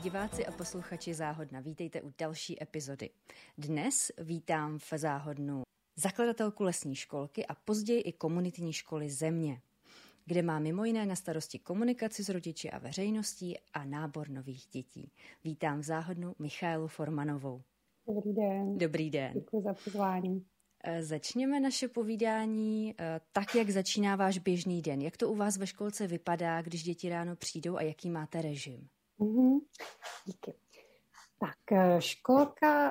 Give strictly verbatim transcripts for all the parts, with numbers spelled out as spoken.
diváci a posluchači Záhodna, vítejte u další epizody. Dnes vítám v Záhodnu zakladatelku lesní školky a později i komunitní školy Země, kde má mimo jiné na starosti komunikaci s rodiči a veřejností a nábor nových dětí. Vítám v Záhodnu Michaelu Formanovou. Dobrý den. Dobrý den. Děkuji za pozvání. Začněme naše povídání tak, jak začíná váš běžný den. Jak to u vás ve školce vypadá, když děti ráno přijdou a jaký máte režim? Mm-hmm. Díky. Tak školka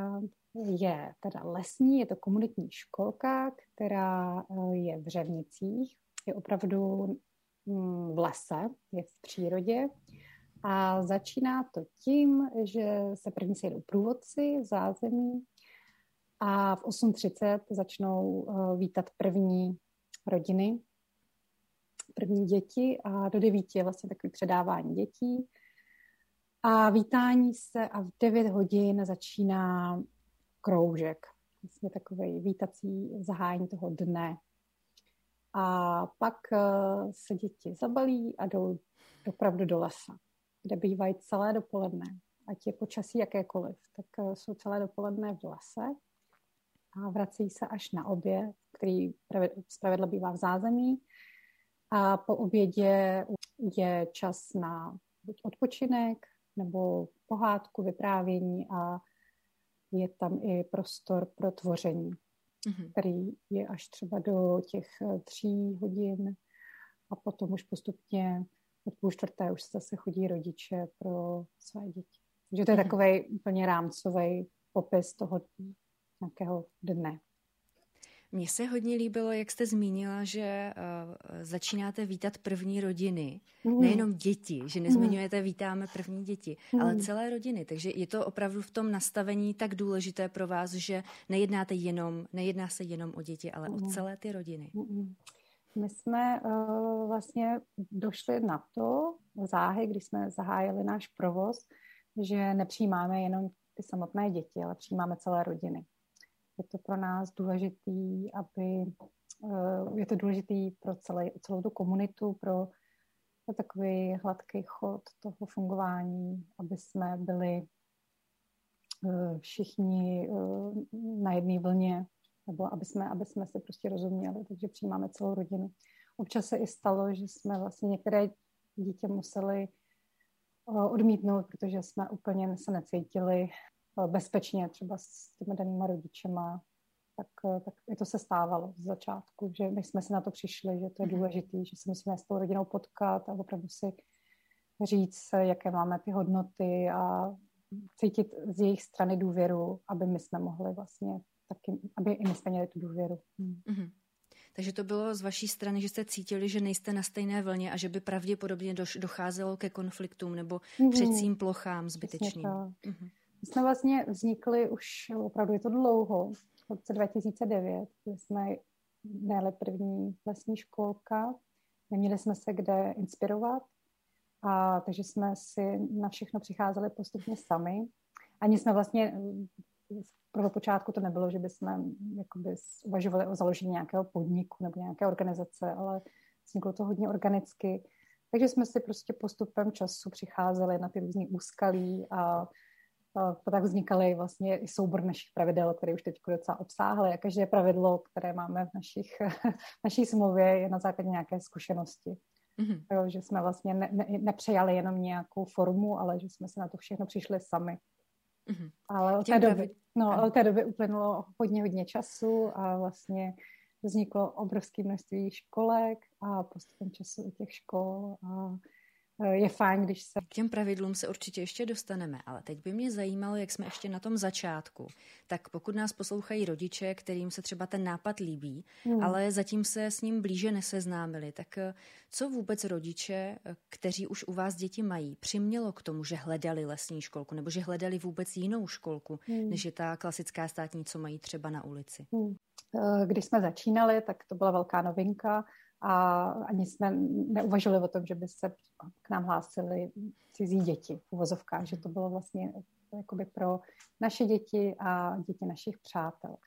je teda lesní, je to komunitní školka, která je v Řevnicích, je opravdu v lese, je v přírodě a začíná to tím, že se první sejdou průvodci v zázemí a v osm třicet začnou vítat první rodiny, první děti a do devíti je vlastně takový předávání dětí. A vítání se a v devět hodin začíná kroužek, vlastně takový vítací zahájení toho dne. A pak se děti zabalí a jdou opravdu do lesa, kde bývají celé dopoledne. Ať je počasí jakékoliv, tak jsou celé dopoledne v lese a vrací se až na oběd, který zpravidla bývá v zázemí. A po obědě je čas na buď odpočinek, nebo pohádku, vyprávění a je tam i prostor pro tvoření, mm-hmm. který je až třeba do těch tří hodin a potom už postupně od půl čtvrté už zase chodí rodiče pro své děti. Takže to je mm-hmm. takovej úplně rámcový popis toho nějakého dne. Mně se hodně líbilo, jak jste zmínila, že uh, začínáte vítat první rodiny, mm. nejenom děti, že nezmiňujete vítáme první děti, mm. ale celé rodiny. Takže je to opravdu v tom nastavení tak důležité pro vás, že nejednáte jenom, nejedná se jenom o děti, ale mm. o celé ty rodiny. Mm. My jsme uh, vlastně došli na to záhy, když jsme zahájili náš provoz, že nepřijímáme jenom ty samotné děti, ale přijímáme celé rodiny. Je to pro nás důležitý, aby je to důležitý pro celé, celou tu komunitu, pro takový hladký chod toho fungování, aby jsme byli všichni na jedné vlně, nebo aby jsme, aby jsme se prostě rozuměli, takže přijímáme celou rodinu. Občas se i stalo, že jsme vlastně některé dítě museli odmítnout, protože jsme úplně se necítili bezpečně třeba s těmi danýma rodičema, tak, tak i to se stávalo z začátku, že my jsme si na to přišli, že to je důležité, že se musíme s tou rodinou potkat a opravdu si říct, jaké máme ty hodnoty a cítit z jejich strany důvěru, aby my jsme mohli vlastně taky, aby i my jsme měli tu důvěru. Hmm. Mm-hmm. Takže to bylo z vaší strany, že jste cítili, že nejste na stejné vlně a že by pravděpodobně docházelo ke konfliktům nebo mm-hmm. předcím plochám zbytečným. Mm-hmm. My jsme vlastně vznikli už, opravdu je to dlouho, v roce dva tisíce devět, kdy jsme nejeli první lesní školka, neměli jsme se kde inspirovat, a takže jsme si na všechno přicházeli postupně sami. Ani jsme vlastně, v prvopočátku to nebylo, že bychom jakoby uvažovali o založení nějakého podniku nebo nějaké organizace, ale vzniklo to hodně organicky. Takže jsme si prostě postupem času přicházeli na ty různý úskalí a A tak vznikaly vlastně i soubor našich pravidel, které už teď docela obsáhly. A každé pravidlo, které máme v našich, naší smlouvě, je na základě nějaké zkušenosti. Mm-hmm. Jo, že jsme vlastně ne, ne, nepřejali jenom nějakou formu, ale že jsme se na to všechno přišli sami. Mm-hmm. Ale od té, doby, no, od té doby uplynulo hodně, hodně času a vlastně vzniklo obrovské množství školek a postupem času i těch škol a je fajn, když se... K těm pravidlům se určitě ještě dostaneme, ale teď by mě zajímalo, jak jsme ještě na tom začátku. Tak pokud nás poslouchají rodiče, kterým se třeba ten nápad líbí, hmm. ale zatím se s ním blíže neseznámili, tak co vůbec rodiče, kteří už u vás děti mají, přimělo k tomu, že hledali lesní školku, nebo že hledali vůbec jinou školku, hmm. než je ta klasická státní, co mají třeba na ulici? Hmm. Když jsme začínali, tak to byla velká novinka, a ani jsme neuvažovali o tom, že by se k nám hlásili cizí děti v uvozovkách, že to bylo vlastně jakoby pro naše děti a děti našich přátel.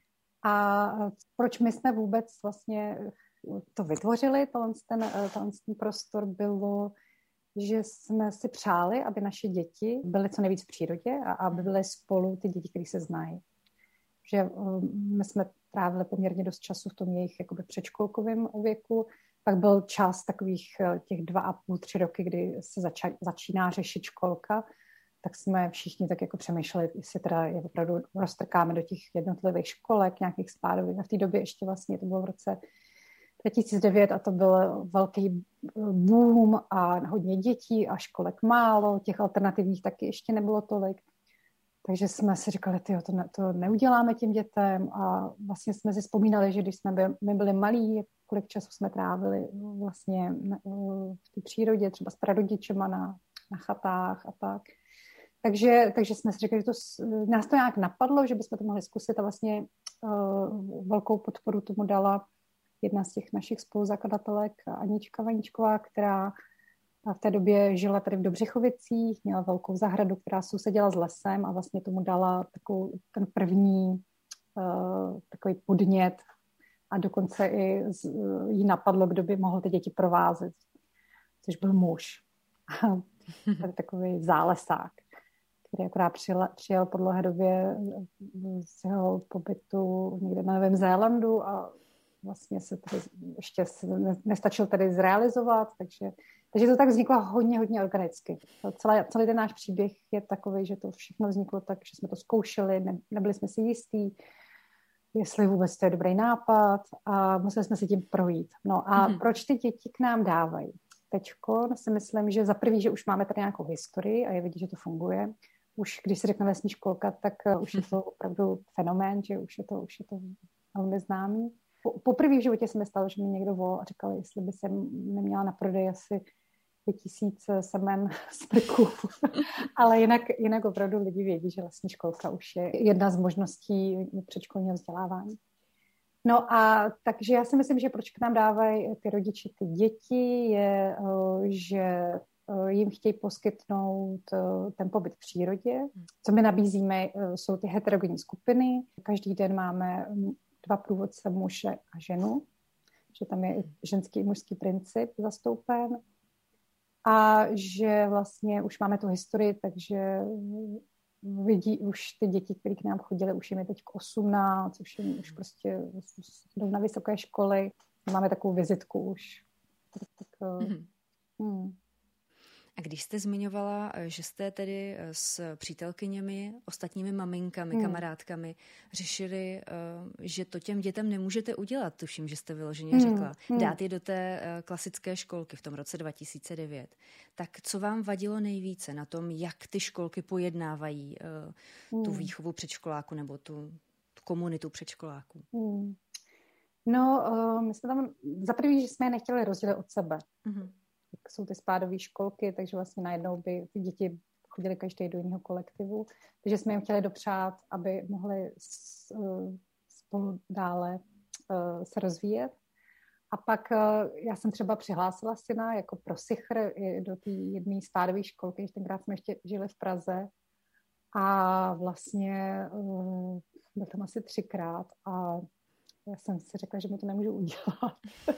A proč my jsme vůbec vlastně to vytvořili, ten, ten, ten prostor bylo že jsme si přáli, aby naše děti byly co nejvíc v přírodě a aby byly spolu ty děti, které se znají. Že my jsme trávili poměrně dost času v tom jejich jakoby předškolkovém věku. Pak byl čas takových těch dva a půl, tři roky, kdy se zača, začíná řešit školka, tak jsme všichni tak jako přemýšleli, jestli teda je opravdu roztrkáme do těch jednotlivých školek, nějakých spádových. A v té době ještě vlastně, to bylo v roce dva tisíce devět a to byl velký boom a hodně dětí a školek málo, těch alternativních taky ještě nebylo tolik. Takže jsme si říkali, tyjo, to, ne, to neuděláme těm dětem a vlastně jsme si vzpomínali, že když jsme byli, my byli malí, kolik času jsme trávili vlastně v té přírodě, třeba s prarodičema na, na chatách a tak. Takže, takže jsme si říkali, že to, nás to nějak napadlo, že bychom to mohli zkusit a vlastně uh, velkou podporu tomu dala jedna z těch našich spoluzakladatelek, Anička Vaničková, která v té době žila tady v Dobřichovicích, měla velkou zahradu, která sousedila s lesem a vlastně tomu dala takovou, ten první uh, takový podnět a dokonce i z, uh, jí napadlo, kdo by mohl ty děti provázet, což byl muž. Tady takový zálesák, který akorát přijel, přijel po dlouhé době z jeho pobytu někde na Novém Zélandu a vlastně se tady ještě se nestačil tady zrealizovat, takže, takže to tak vzniklo hodně, hodně organicky. Celý, celý ten náš příběh je takový, že to všechno vzniklo tak, že jsme to zkoušeli, ne, nebyli jsme si jistí, jestli vůbec to je dobrý nápad a museli jsme si tím projít. No a mm-hmm. proč ty děti k nám dávají? Teďko si myslím, že za prvý, že už máme tady nějakou historii a je vidět, že to funguje. Už když se řekne lesní školka, tak už je to opravdu fenomén, že už je to, už je to velmi známý. Poprvé v životě se mi stalo, že mi někdo volal a říkal, jestli by jsem neměla na prodej asi pět tisíc semen z prků. Ale jinak, jinak opravdu lidi vědí, že lesní školka už je jedna z možností předškolního vzdělávání. No a takže já si myslím, že proč k nám dávají ty rodiče ty děti, je, že jim chtějí poskytnout ten pobyt v přírodě. Co my nabízíme, jsou ty heterogenní skupiny. Každý den máme dva průvodce, muže a ženu, že tam je ženský i mužský princip zastoupen. A že vlastně už máme tu historii, takže vidí už ty děti, které k nám chodily, už jim je teď osmnáct, už jim už prostě jdou na vysoké školy. Máme takovou vizitku už. Tak, tak, mm-hmm. hmm. A když jste zmiňovala, že jste tedy s přítelkyněmi, ostatními maminkami, hmm. kamarádkami řešili, že to těm dětem nemůžete udělat, tuším, že jste vyloženě hmm. řekla, dát je do té klasické školky v tom roce dva tisíce devět. Tak co vám vadilo nejvíce na tom, jak ty školky pojednávají hmm. tu výchovu předškoláku nebo tu, tu komunitu předškoláků? Hmm. No, my jsme tam, za první, že jsme je nechtěli rozdělit od sebe. Hmm. Jsou ty spádové školky, takže vlastně najednou by ty děti chodily každý do jiného kolektivu. Takže jsme jim chtěli dopřát, aby mohli spolu dále se rozvíjet. A pak já jsem třeba přihlásila syna jako prosichr do té jedné spádové školky, že tenkrát jsme ještě žili v Praze. A vlastně byl tam asi třikrát a já jsem si řekla, že mu to nemůžu udělat.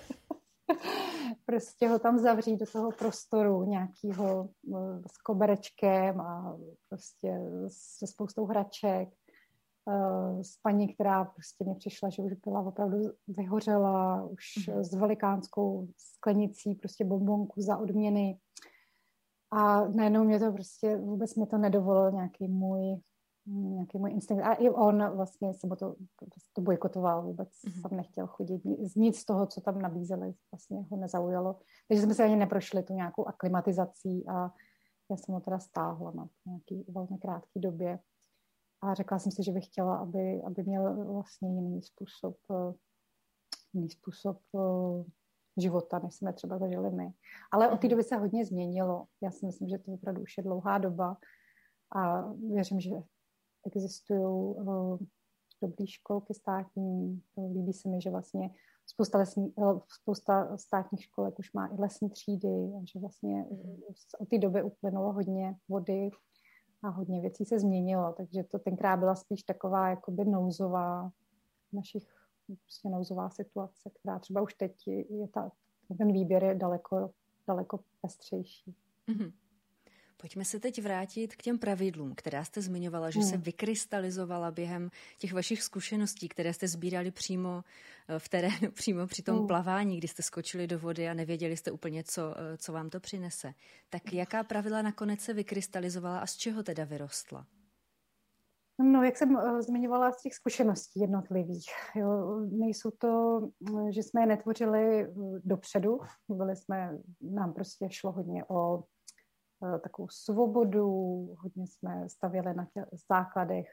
Prostě ho tam zavřít do toho prostoru nějakého s koberečkem a prostě se spoustou hraček. S paní, která prostě mě přišla, že už byla opravdu vyhořela, už mm-hmm. s velikánskou sklenicí prostě bonbonku za odměny. A najednou mě to prostě, vůbec mi to nedovolil nějaký můj nějaký můj instinkt. A i on vlastně se mu to, to bojkotoval, vůbec mm-hmm. tam nechtěl chodit. Nic z toho, co tam nabízeli, vlastně ho nezaujalo. Takže jsme se ani neprošli tu nějakou aklimatizací a já jsem ho teda stáhla na nějaký velmi krátké době. A řekla jsem si, že bych chtěla, aby, aby měl vlastně jiný způsob, jiný způsob života, než jsme třeba zažili my. Ale od té doby se hodně změnilo. Já si myslím, že to opravdu už je dlouhá doba a věřím, že existují uh, dobré školky státní. Líbí se mi, že vlastně spousta, lesní, spousta státních školek už má i lesní třídy a že vlastně od té doby uplynulo hodně vody a hodně věcí se změnilo, takže to tenkrát byla spíš taková jakoby nouzová našich prostě nouzová situace, která třeba už teď je ta, ten výběr je daleko, daleko pestřejší. Mm-hmm. Pojďme se teď vrátit k těm pravidlům, která jste zmiňovala, že hmm. se vykrystalizovala během těch vašich zkušeností, které jste sbírali přímo v terénu, přímo při tom hmm. plavání, kdy jste skočili do vody a nevěděli jste úplně, co, co vám to přinese. Tak jaká pravidla nakonec se vykrystalizovala a z čeho teda vyrostla? No, jak jsem uh, zmiňovala z těch zkušeností jednotlivých. Jo, nejsou to, že jsme je netvořili dopředu. Byli jsme, nám prostě šlo hodně o takovou svobodu, hodně jsme stavěli na těch základech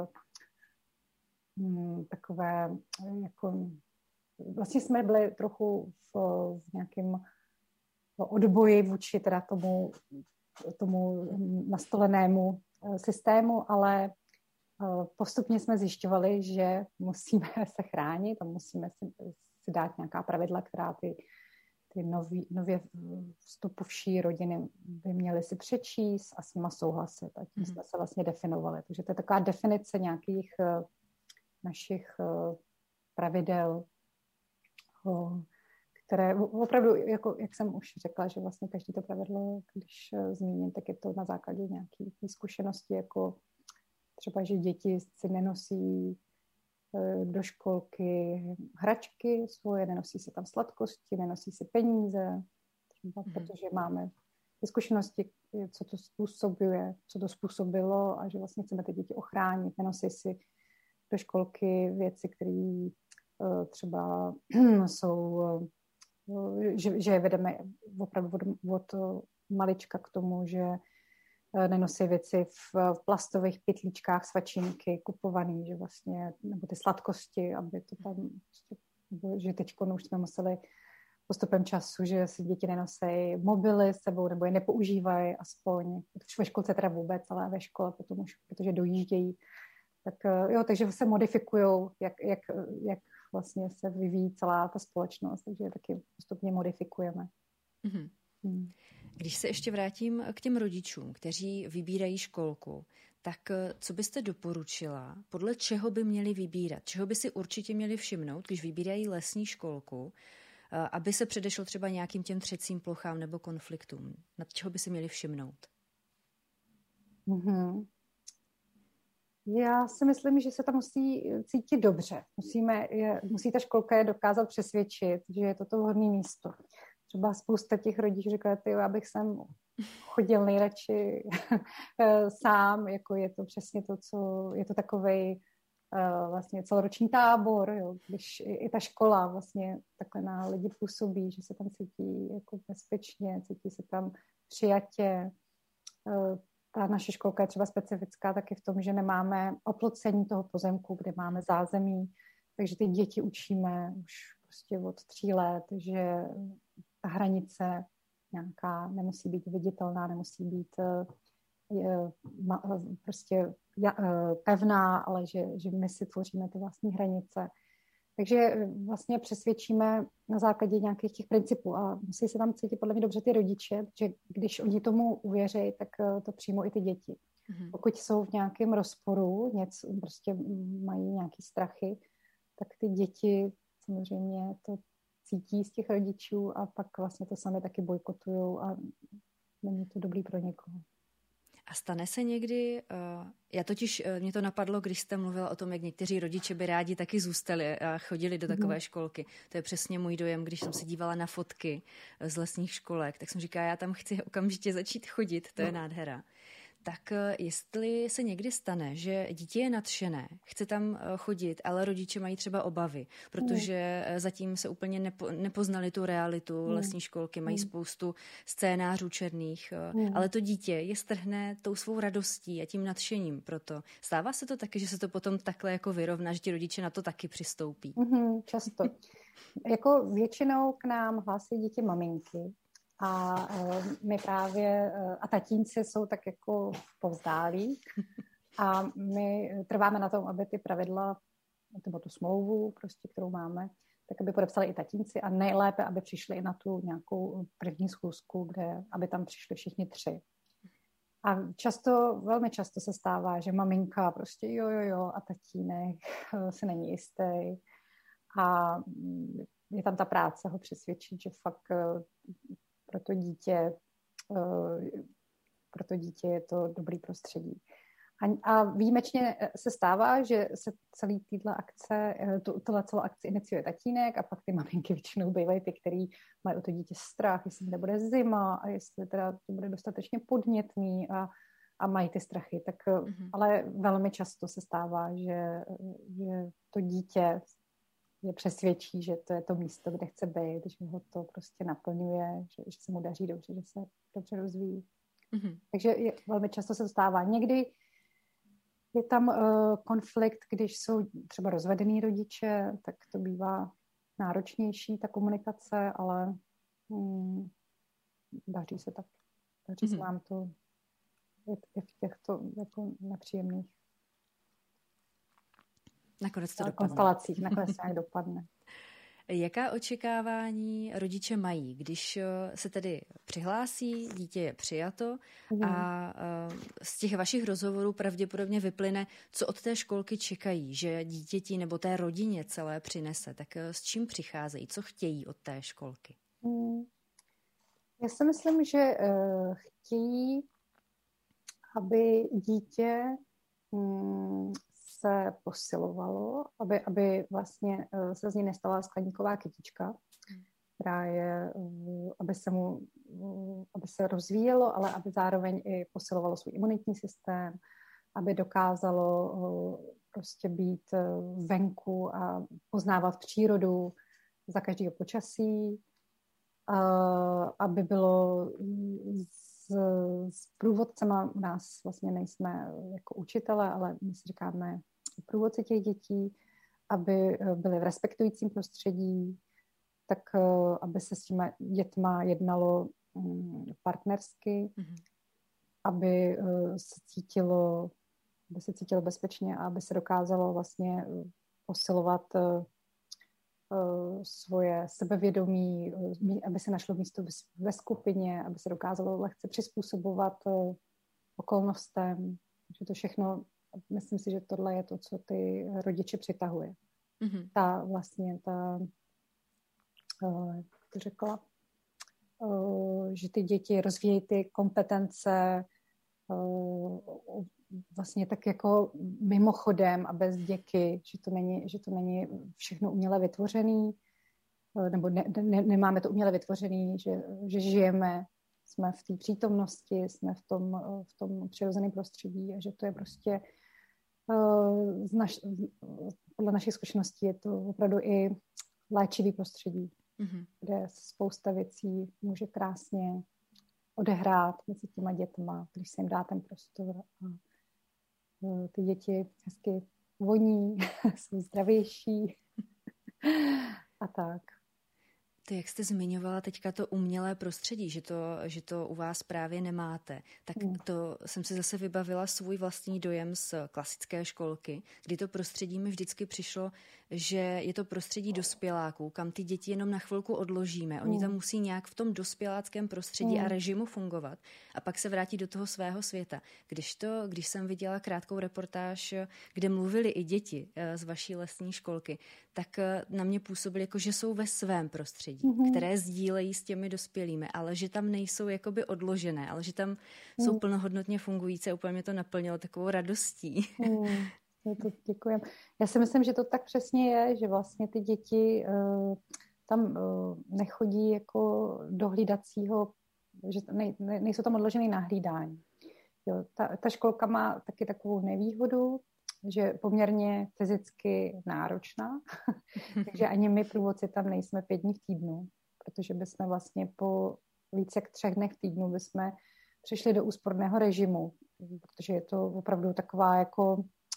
um, takové, jako, vlastně jsme byli trochu v, v nějakém odboji vůči teda tomu, tomu nastolenému systému, ale postupně jsme zjišťovali, že musíme se chránit a musíme si, si dát nějaká pravidla, která ty ty nový, nově vstupivší rodiny by měly si přečíst a s nima souhlasit. A tím mm. jsme se vlastně definovali. Takže to je taková definice nějakých uh, našich uh, pravidel, uh, které opravdu, jako, jak jsem už řekla, že vlastně každý to pravidlo, když uh, zmíním, tak je to na základě nějaké zkušenosti, jako třeba, že děti si nenosí do školky hračky svoje, nenosí se tam sladkosti, nenosí se peníze, třeba, mm. protože máme ty zkušenosti, co to způsobuje, co to způsobilo a že vlastně chceme ty děti ochránit, nenosí si do školky věci, které třeba jsou, že, že je vedeme opravdu od, od malička k tomu, že nenosí věci v, v plastových pytlíčkách, svačinky kupovaný, že vlastně, nebo ty sladkosti, aby to tam, že teď už jsme museli postupem času, že si děti nenosí mobily s sebou, nebo je nepoužívají aspoň, ve školce teda vůbec, ale ve škole potom už, protože dojíždějí, tak jo, takže se modifikují, jak, jak, jak vlastně se vyvíjí celá ta společnost, takže taky postupně modifikujeme. Mm-hmm. Hmm. Když se ještě vrátím k těm rodičům, kteří vybírají školku, tak co byste doporučila, podle čeho by měli vybírat? Čeho by si určitě měli všimnout, když vybírají lesní školku, aby se předešlo třeba nějakým těm třecím plochám nebo konfliktům? Nad čeho by si měli všimnout? Mm-hmm. Já si myslím, že se tam musí cítit dobře. Musíme je, musí ta školka je dokázat přesvědčit, že je to to vhodné místo. Třeba spousta těch rodičů říká, ty, já bych sem chodil nejradši sám, jako je to přesně to, co je to takovej uh, vlastně celoroční tábor, jo, když i, i ta škola vlastně takhle na lidi působí, že se tam cítí jako bezpečně, cítí se tam přijatě. Uh, ta naše školka je třeba specifická taky v tom, že nemáme oplocení toho pozemku, kde máme zázemí, takže ty děti učíme už prostě od tří let, že ta hranice nějaká nemusí být viditelná, nemusí být je, ma, prostě ja, pevná, ale že, že my si tvoříme ty vlastní hranice. Takže vlastně přesvědčíme na základě nějakých těch principů a musí se tam cítit podle mě dobře ty rodiče, že když oni tomu uvěří, tak to přijmou i ty děti. Mm-hmm. Pokud jsou v nějakém rozporu, něco, prostě mají nějaké strachy, tak ty děti samozřejmě to cítí z těch rodičů a pak vlastně to sami taky bojkotujou a není to dobrý pro někoho. A stane se někdy, uh, já totiž, uh, mě to napadlo, když jste mluvila o tom, jak někteří rodiče by rádi taky zůstali a chodili do takové mm. školky. To je přesně můj dojem, když jsem se dívala na fotky z lesních školek, tak jsem říkala, já tam chci okamžitě začít chodit, to je no. nádhera. Tak jestli se někdy stane, že dítě je nadšené, chce tam chodit, ale rodiče mají třeba obavy, protože mm. zatím se úplně nepo, nepoznali tu realitu mm. lesní školky, mají mm. spoustu scénářů černých, mm. ale to dítě je strhne tou svou radostí a tím nadšením proto. Stává se to taky, že se to potom takhle jako vyrovná, že ti rodiče na to taky přistoupí? Mm-hmm, často. Jako většinou k nám hlásí děti maminky. A my právě, a tatínci jsou tak jako povzdálí a my trváme na tom, aby ty pravidla, nebo tu smlouvu, prostě, kterou máme, tak aby podepsali i tatínci a nejlépe, aby přišli i na tu nějakou první schůzku, kde, aby tam přišli všichni tři. A často, velmi často se stává, že maminka prostě jo, jo, jo a tatínek se není jistý a je tam ta práce ho přesvědčit, že fakt pro to dítě pro to dítě je to dobrý prostředí. A, a výjimečně se stává, že se celý týhle akce, tohle celou akci iniciuje tatínek a pak ty maminky většinou bývají ty, který mají o to dítě strach, jestli nebude zima a jestli teda to bude dostatečně podnětný a, a mají ty strachy. Tak, mm-hmm. Ale velmi často se stává, že, že to dítě je přesvědčí, že to je to místo, kde chce být, že ho to prostě naplňuje, že, že se mu daří dobře, že se dobře rozvíjí. Mm-hmm. Takže je, velmi často se stává. Někdy je tam uh, konflikt, když jsou třeba rozvedený rodiče, tak to bývá náročnější, ta komunikace, ale um, daří se tak. Daří mm-hmm. se nám to i v těchto jako nepříjemných nakonec to konstelacích. Nakonec to nějak dopadne. Jaká očekávání rodiče mají, když se tedy přihlásí, dítě je přijato mm. a z těch vašich rozhovorů pravděpodobně vyplyne, co od té školky čekají, že dítěti nebo té rodině celé přinese. Tak s čím přicházejí, co chtějí od té školky? Mm. Já si myslím, že uh, chtějí, aby dítě um, se posilovalo, aby, aby vlastně se z ní nestala skleníková kytička, která je, aby se mu, aby se rozvíjelo, ale aby zároveň i posilovalo svůj imunitní systém, aby dokázalo prostě být venku a poznávat přírodu za každého počasí, aby bylo s, s průvodcema, u nás vlastně nejsme jako učitele, ale my si říkáme průvodci těch dětí, aby byli v respektujícím prostředí, tak aby se s těma dětma jednalo partnersky, mm-hmm. aby se cítilo, aby se cítilo bezpečně a aby se dokázalo vlastně posilovat svoje sebevědomí, aby se našlo místo ve skupině, aby se dokázalo lehce přizpůsobovat okolnostem. Že to všechno, myslím si, že tohle je to, co ty rodiče přitahuje. Mm-hmm. Ta vlastně, ta, jak to řekla, že ty děti rozvíjejí ty kompetence vlastně tak jako mimochodem a bez děky, že to není, že to není všechno uměle vytvořený, nebo ne, ne, nemáme to uměle vytvořený, že, že žijeme, jsme v té přítomnosti, jsme v tom, v tom přirozeném prostředí a že to je prostě z naš, podle našich zkušeností je to opravdu i léčivý prostředí, mm-hmm. kde spousta věcí může krásně odehrát mezi těma dětma, když se jim dá ten prostor a ty děti hezky voní, jsou zdravější a tak. To, jak jste zmiňovala teďka to umělé prostředí, že to, že to u vás právě nemáte, tak mm. to jsem si zase vybavila svůj vlastní dojem z klasické školky, kdy to prostředí mi vždycky přišlo, že je to prostředí dospěláků, kam ty děti jenom na chvilku odložíme. Oni mm. tam musí nějak v tom dospěláckém prostředí mm. a režimu fungovat a pak se vrátí do toho svého světa. Když to, když jsem viděla krátkou reportáž, kde mluvili i děti z vaší lesní školky, tak na mě působili jako, že jsou ve svém prostředí, mm-hmm. které sdílejí s těmi dospělými, ale že tam nejsou jakoby odložené, ale že tam mm. jsou plnohodnotně fungující a úplně mě to naplnilo takovou radostí. Mm. To děkujem. Já si myslím, že to tak přesně je, že vlastně ty děti uh, tam uh, nechodí jako do hlídacího, že ne, ne, nejsou tam odložený na hlídání. Jo, ta, ta školka má taky takovou nevýhodu, že je poměrně fyzicky náročná, takže ani my průvodci tam nejsme pět dní v týdnu, protože bychom vlastně po více jak třech dnech v týdnu bychom přišli do úsporného režimu, protože je to opravdu taková jako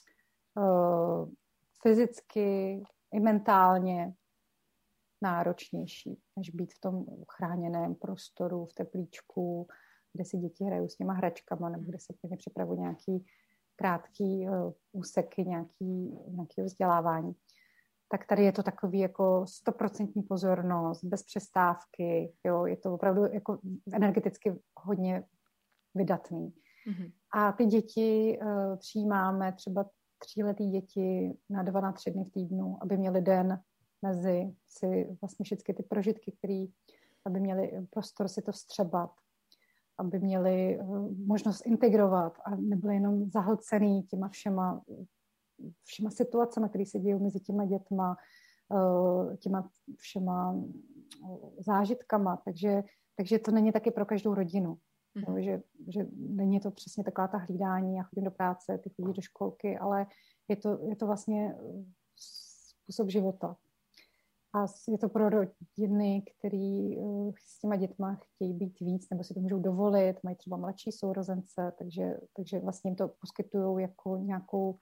uh, fyzicky i mentálně náročnější, než být v tom chráněném prostoru, v teplíčku, kde si děti hrajou s těma hračkama, nebo kde se plně připravují nějaký krátký uh, úseky, nějaký, nějaký vzdělávání. Tak tady je to takový jako stoprocentní pozornost, bez přestávky, jo, je to opravdu jako energeticky hodně vydatný. Mm-hmm. A ty děti uh, přijímáme třeba tříletý děti na dva, na tři dny v týdnu, aby měli den mezi si vlastně všechny ty prožitky, který, aby měli prostor si to vstřebat. aby měli možnost integrovat a nebyli jenom zahlcený těma všema, všema situacemi, které se dějí mezi těma dětma, těma všema zážitkama. Takže, takže to není taky pro každou rodinu. Mm-hmm. No, že, že není to přesně taková ta hlídání, já chodím do práce, ty chodí do školky, ale je to, je to vlastně způsob života. A je to pro rodiny, který s těma dětma chtějí být víc, nebo si to můžou dovolit, mají třeba mladší sourozence, takže, takže vlastně jim to poskytují jako nějakou,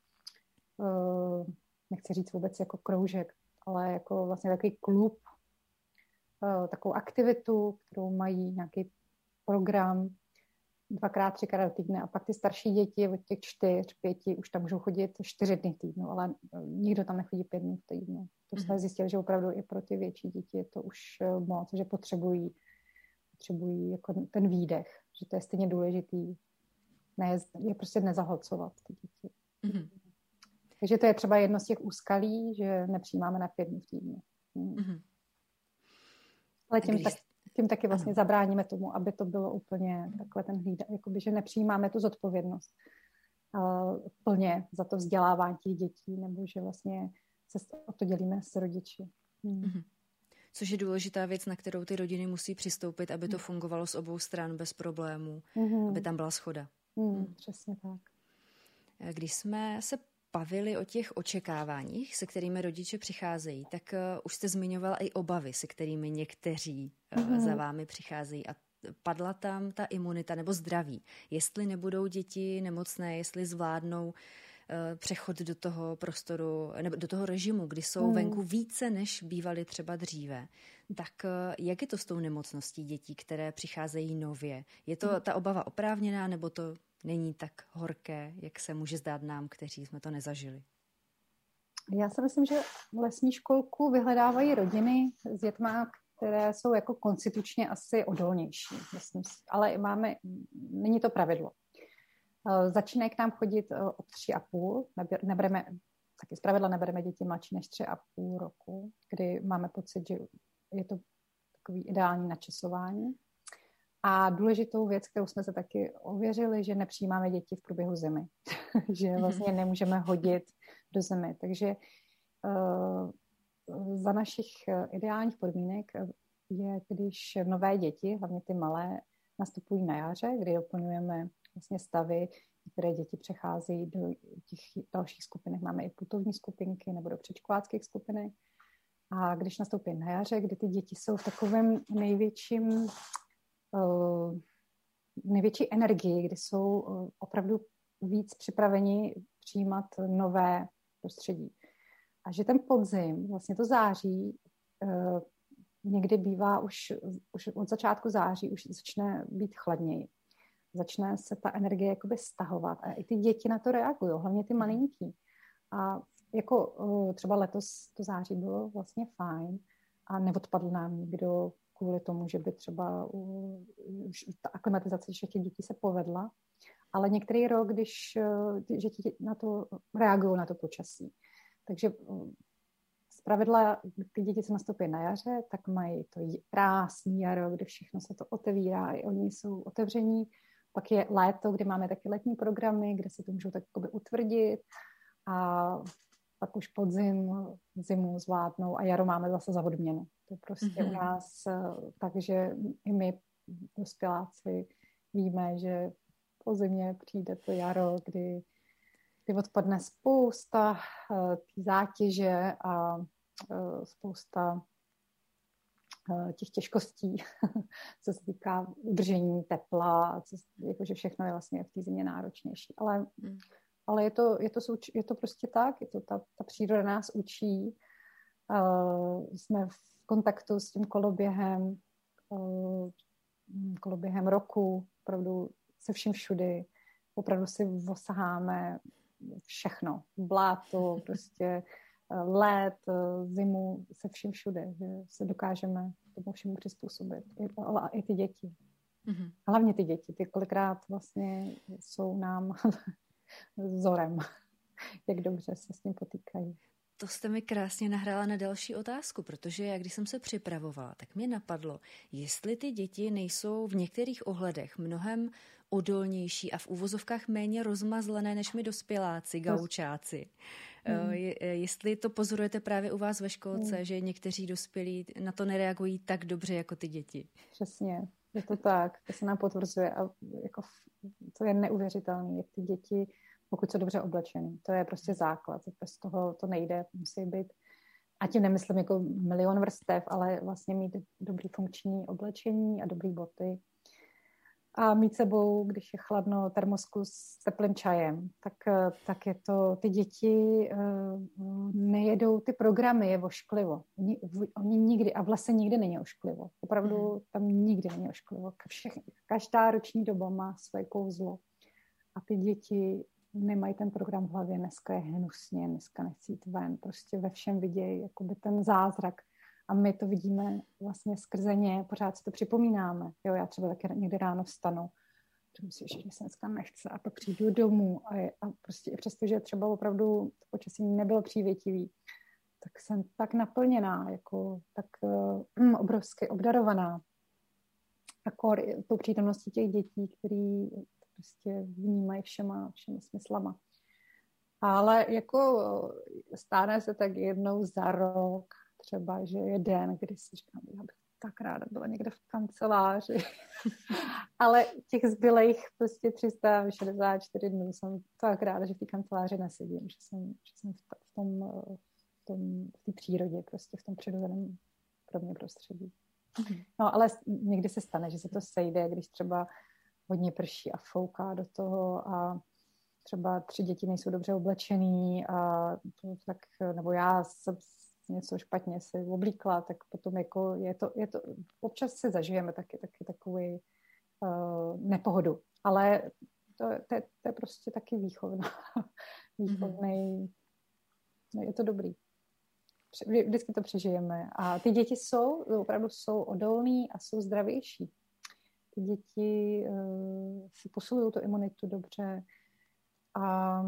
nechci říct vůbec jako kroužek, ale jako vlastně takový klub, takovou aktivitu, kterou mají nějaký program dvakrát, třikrát do týdne a pak ty starší děti od těch čtyř, pěti už tam můžou chodit čtyři dny v týdnu, ale nikdo tam nechodí pět dnů v týdnu. To jsme mm-hmm. zjistili, že opravdu i pro ty větší děti je to už moc, že potřebují, potřebují jako ten výdech, že to je stejně důležitý, ne, je prostě nezahlcovat ty děti. Mm-hmm. Takže to je třeba jedno z těch úskalí, že nepřijímáme na pět dnů v týdnu. Mm. Mm-hmm. Ale tím, tak, tím taky vlastně ano. zabráníme tomu, aby to bylo úplně takhle ten hlída, jakoby, že nepřijímáme tu zodpovědnost uh, plně za to vzdělávání těch dětí, nebo že vlastně se o to dělíme s rodiči. Hmm. Mm-hmm. Což je důležitá věc, na kterou ty rodiny musí přistoupit, aby to fungovalo z obou stran bez problémů, mm-hmm. aby tam byla shoda. Mm, mm. Přesně tak. Když jsme se bavili o těch očekáváních, se kterými rodiče přicházejí, tak uh, už jste zmiňovala i obavy, se kterými někteří uh, mm-hmm. za vámi přicházejí. A padla tam ta imunita nebo zdraví. Jestli nebudou děti nemocné, jestli zvládnou uh, přechod do toho prostoru, nebo do toho režimu, kdy jsou mm. venku více, než bývaly třeba dříve. Tak uh, jak je to s tou nemocností dětí, které přicházejí nově? Je to ta obava oprávněná, nebo to není tak horké, jak se může zdát nám, kteří jsme to nezažili? Já si myslím, že lesní školku vyhledávají rodiny s dětma, které jsou jako konstitučně asi odolnější. Myslím si. Ale máme, není to pravidlo. Začínají k nám chodit od tři a půl. Nebereme, taky zpravidla nebereme děti mladší než tři a půl roku, kdy máme pocit, že je to takový ideální načasování. A důležitou věc, kterou jsme se taky ověřili, že nepřijímáme děti v průběhu zimy. Že vlastně nemůžeme hodit do zimy. Takže uh, za našich ideálních podmínek je, když nové děti, hlavně ty malé, nastupují na jaře, kdy doplňujeme vlastně stavy, které děti přecházejí do těch dalších skupinek. Máme i putovní skupinky nebo do předškoláckých skupinek. A když nastoupí na jaře, kdy ty děti jsou v takovém největším Uh, největší energii, kdy jsou uh, opravdu víc připraveni přijímat nové prostředí. A že ten podzim, vlastně to září, uh, někdy bývá už, už od začátku září, už začne být chladněji. Začne se ta energie jakoby stahovat a i ty děti na to reagují, hlavně ty malinký. A jako uh, třeba letos to září bylo vlastně fajn a neodpadl nám nikdo kvůli tomu, že by třeba uh, ta aklimatizace všech těch dětí se povedla. Ale některý rok, když uh, že ti na to reagují na to počasí. Takže uh, zpravidla ty děti, co nastoupí na jaře, tak mají to krásný jaro, kde všechno se to otevírá, i oni jsou otevření. Pak je léto, kde máme taky letní programy, kde se to můžou tak jakoby utvrdit. A pak už podzim, zimu zvládnou a jaro máme zase za odměnu. To je prostě mm-hmm. u nás, takže i my, dospěláci, víme, že po zimě přijde to jaro, kdy, kdy odpadne spousta uh, tý zátěže a uh, spousta uh, těch těžkostí, co se týká udržení tepla, co, jakože všechno je vlastně v té zimě náročnější. Ale mm. Ale je to, je to, souč- je to prostě tak, je to ta, ta příroda nás učí. Uh, jsme v kontaktu s tím koloběhem, uh, koloběhem roku, opravdu se vším všudy. Opravdu si osaháme všechno. Bláto, prostě uh, led, uh, zimu, se vším všude. Že se dokážeme tomu všemu přizpůsobit. Ale i ty děti. Mm-hmm. Hlavně ty děti. Ty kolikrát vlastně jsou nám vzorem, jak dobře se s tím potýkají. to jste mi krásně nahrála na další otázku, protože já, když jsem se připravovala, tak mě napadlo, jestli ty děti nejsou v některých ohledech mnohem odolnější a v uvozovkách méně rozmazlené než my dospěláci, gaučáci. Mm. Je, jestli to pozorujete právě u vás ve školce, mm. že někteří dospělí na to nereagují tak dobře jako ty děti. Přesně, je to tak, to se nám potvrzuje a jako to je neuvěřitelné, jak ty děti, pokud jsou dobře oblečený, to je prostě základ, bez toho to nejde, musí být, a tím nemyslím jako milion vrstev, ale vlastně mít dobrý funkční oblečení a dobrý boty. A mít sebou, když je chladno, termosku s teplým čajem, tak, tak je to, ty děti uh, nejedou ty programy, je ošklivo. Oni, oni nikdy, a v lese nikdy není ošklivo. Opravdu mm. tam nikdy není ošklivo. Všech, každá roční doba má své kouzlo. A ty děti nemají ten program v hlavě, dneska je hnusně, dneska nechci jít ven, prostě ve všem vidějí jakoby ten zázrak. A my to vidíme vlastně skrze ně, pořád si to připomínáme. Jo, já třeba taky někdy ráno vstanu, řeknu si, že se dneska nechce a pak přijdu domů a, je, a prostě přestože třeba opravdu to počasí nebylo přívětivý, tak jsem tak naplněná, jako tak um, obrovsky obdarovaná. Akor tou přítomností těch dětí, který prostě vnímají všema, všema smyslama. Ale jako stane se tak jednou za rok, třeba, že je den, kdy si říkám, já bych tak ráda byla někde v kanceláři. Ale těch zbylejch prostě tři sta šedesát čtyři dnů jsem tak ráda, že v té kanceláři nesedím, že jsem, že jsem v tom, v tom, v té přírodě, prostě v tom přirozeném pro mě prostředí. Mm-hmm. No, ale někdy se stane, že se to sejde, když třeba hodně prší a fouká do toho a třeba tři děti nejsou dobře oblečený a to tak, nebo já jsem něco špatně si oblíkla, tak potom jako je to, je to občas se zažijeme taky, taky takový uh, nepohodu, ale to, to, je, to je prostě taky výchovná, výchovnej, no, je to dobrý. Vždycky to přežijeme a ty děti jsou, opravdu jsou odolný a jsou zdravější. Ty děti uh, si posilují tu imunitu dobře a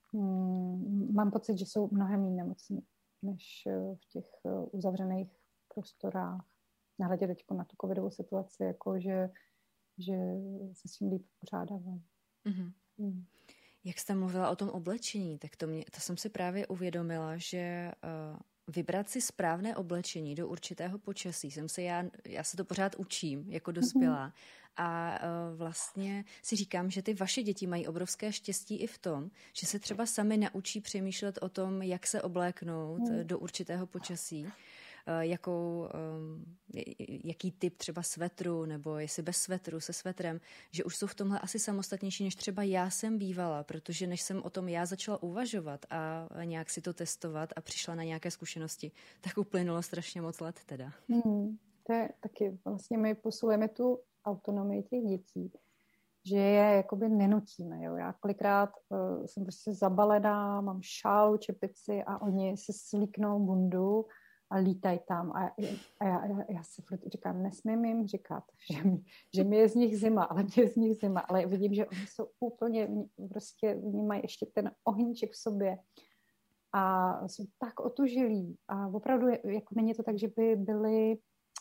um, mám pocit, že jsou mnohem méně nemocní než v těch uzavřených prostorách. Nehledě teď na tu covidovou situaci, jako že, že se s tím líp pořádávají. Mm-hmm. Mm. Jak jste mluvila o tom oblečení, tak to, mě, to jsem si právě uvědomila, že uh, vybrat si správné oblečení do určitého počasí, jsem se já, já se to pořád učím jako dospělá. Mm-hmm. A uh, vlastně si říkám, že ty vaše děti mají obrovské štěstí i v tom, že se třeba sami naučí přemýšlet o tom, jak se obléknout mm. do určitého počasí, uh, jakou, um, jaký typ třeba svetru, nebo jestli bez svetru, se svetrem, že už jsou v tomhle asi samostatnější, než třeba já jsem bývala, protože než jsem o tom já začala uvažovat a nějak si to testovat a přišla na nějaké zkušenosti, tak uplynulo strašně moc let teda. Mm, to je taky, vlastně my posilujeme tu autonomii těch dětí, že je jakoby nenutíme. Jo. Já kolikrát uh, jsem prostě zabalená, mám šálu, čepici a oni si slíknou bundu a lítají tam. A, a já, já, já si furt říkám, nesmím jim říkat, že mi, že mi je z nich zima, ale mě je z nich zima. Ale vidím, že oni jsou úplně, prostě oni mají ještě ten ohníček v sobě a jsou tak otužilí. A opravdu jako není to tak, že by byli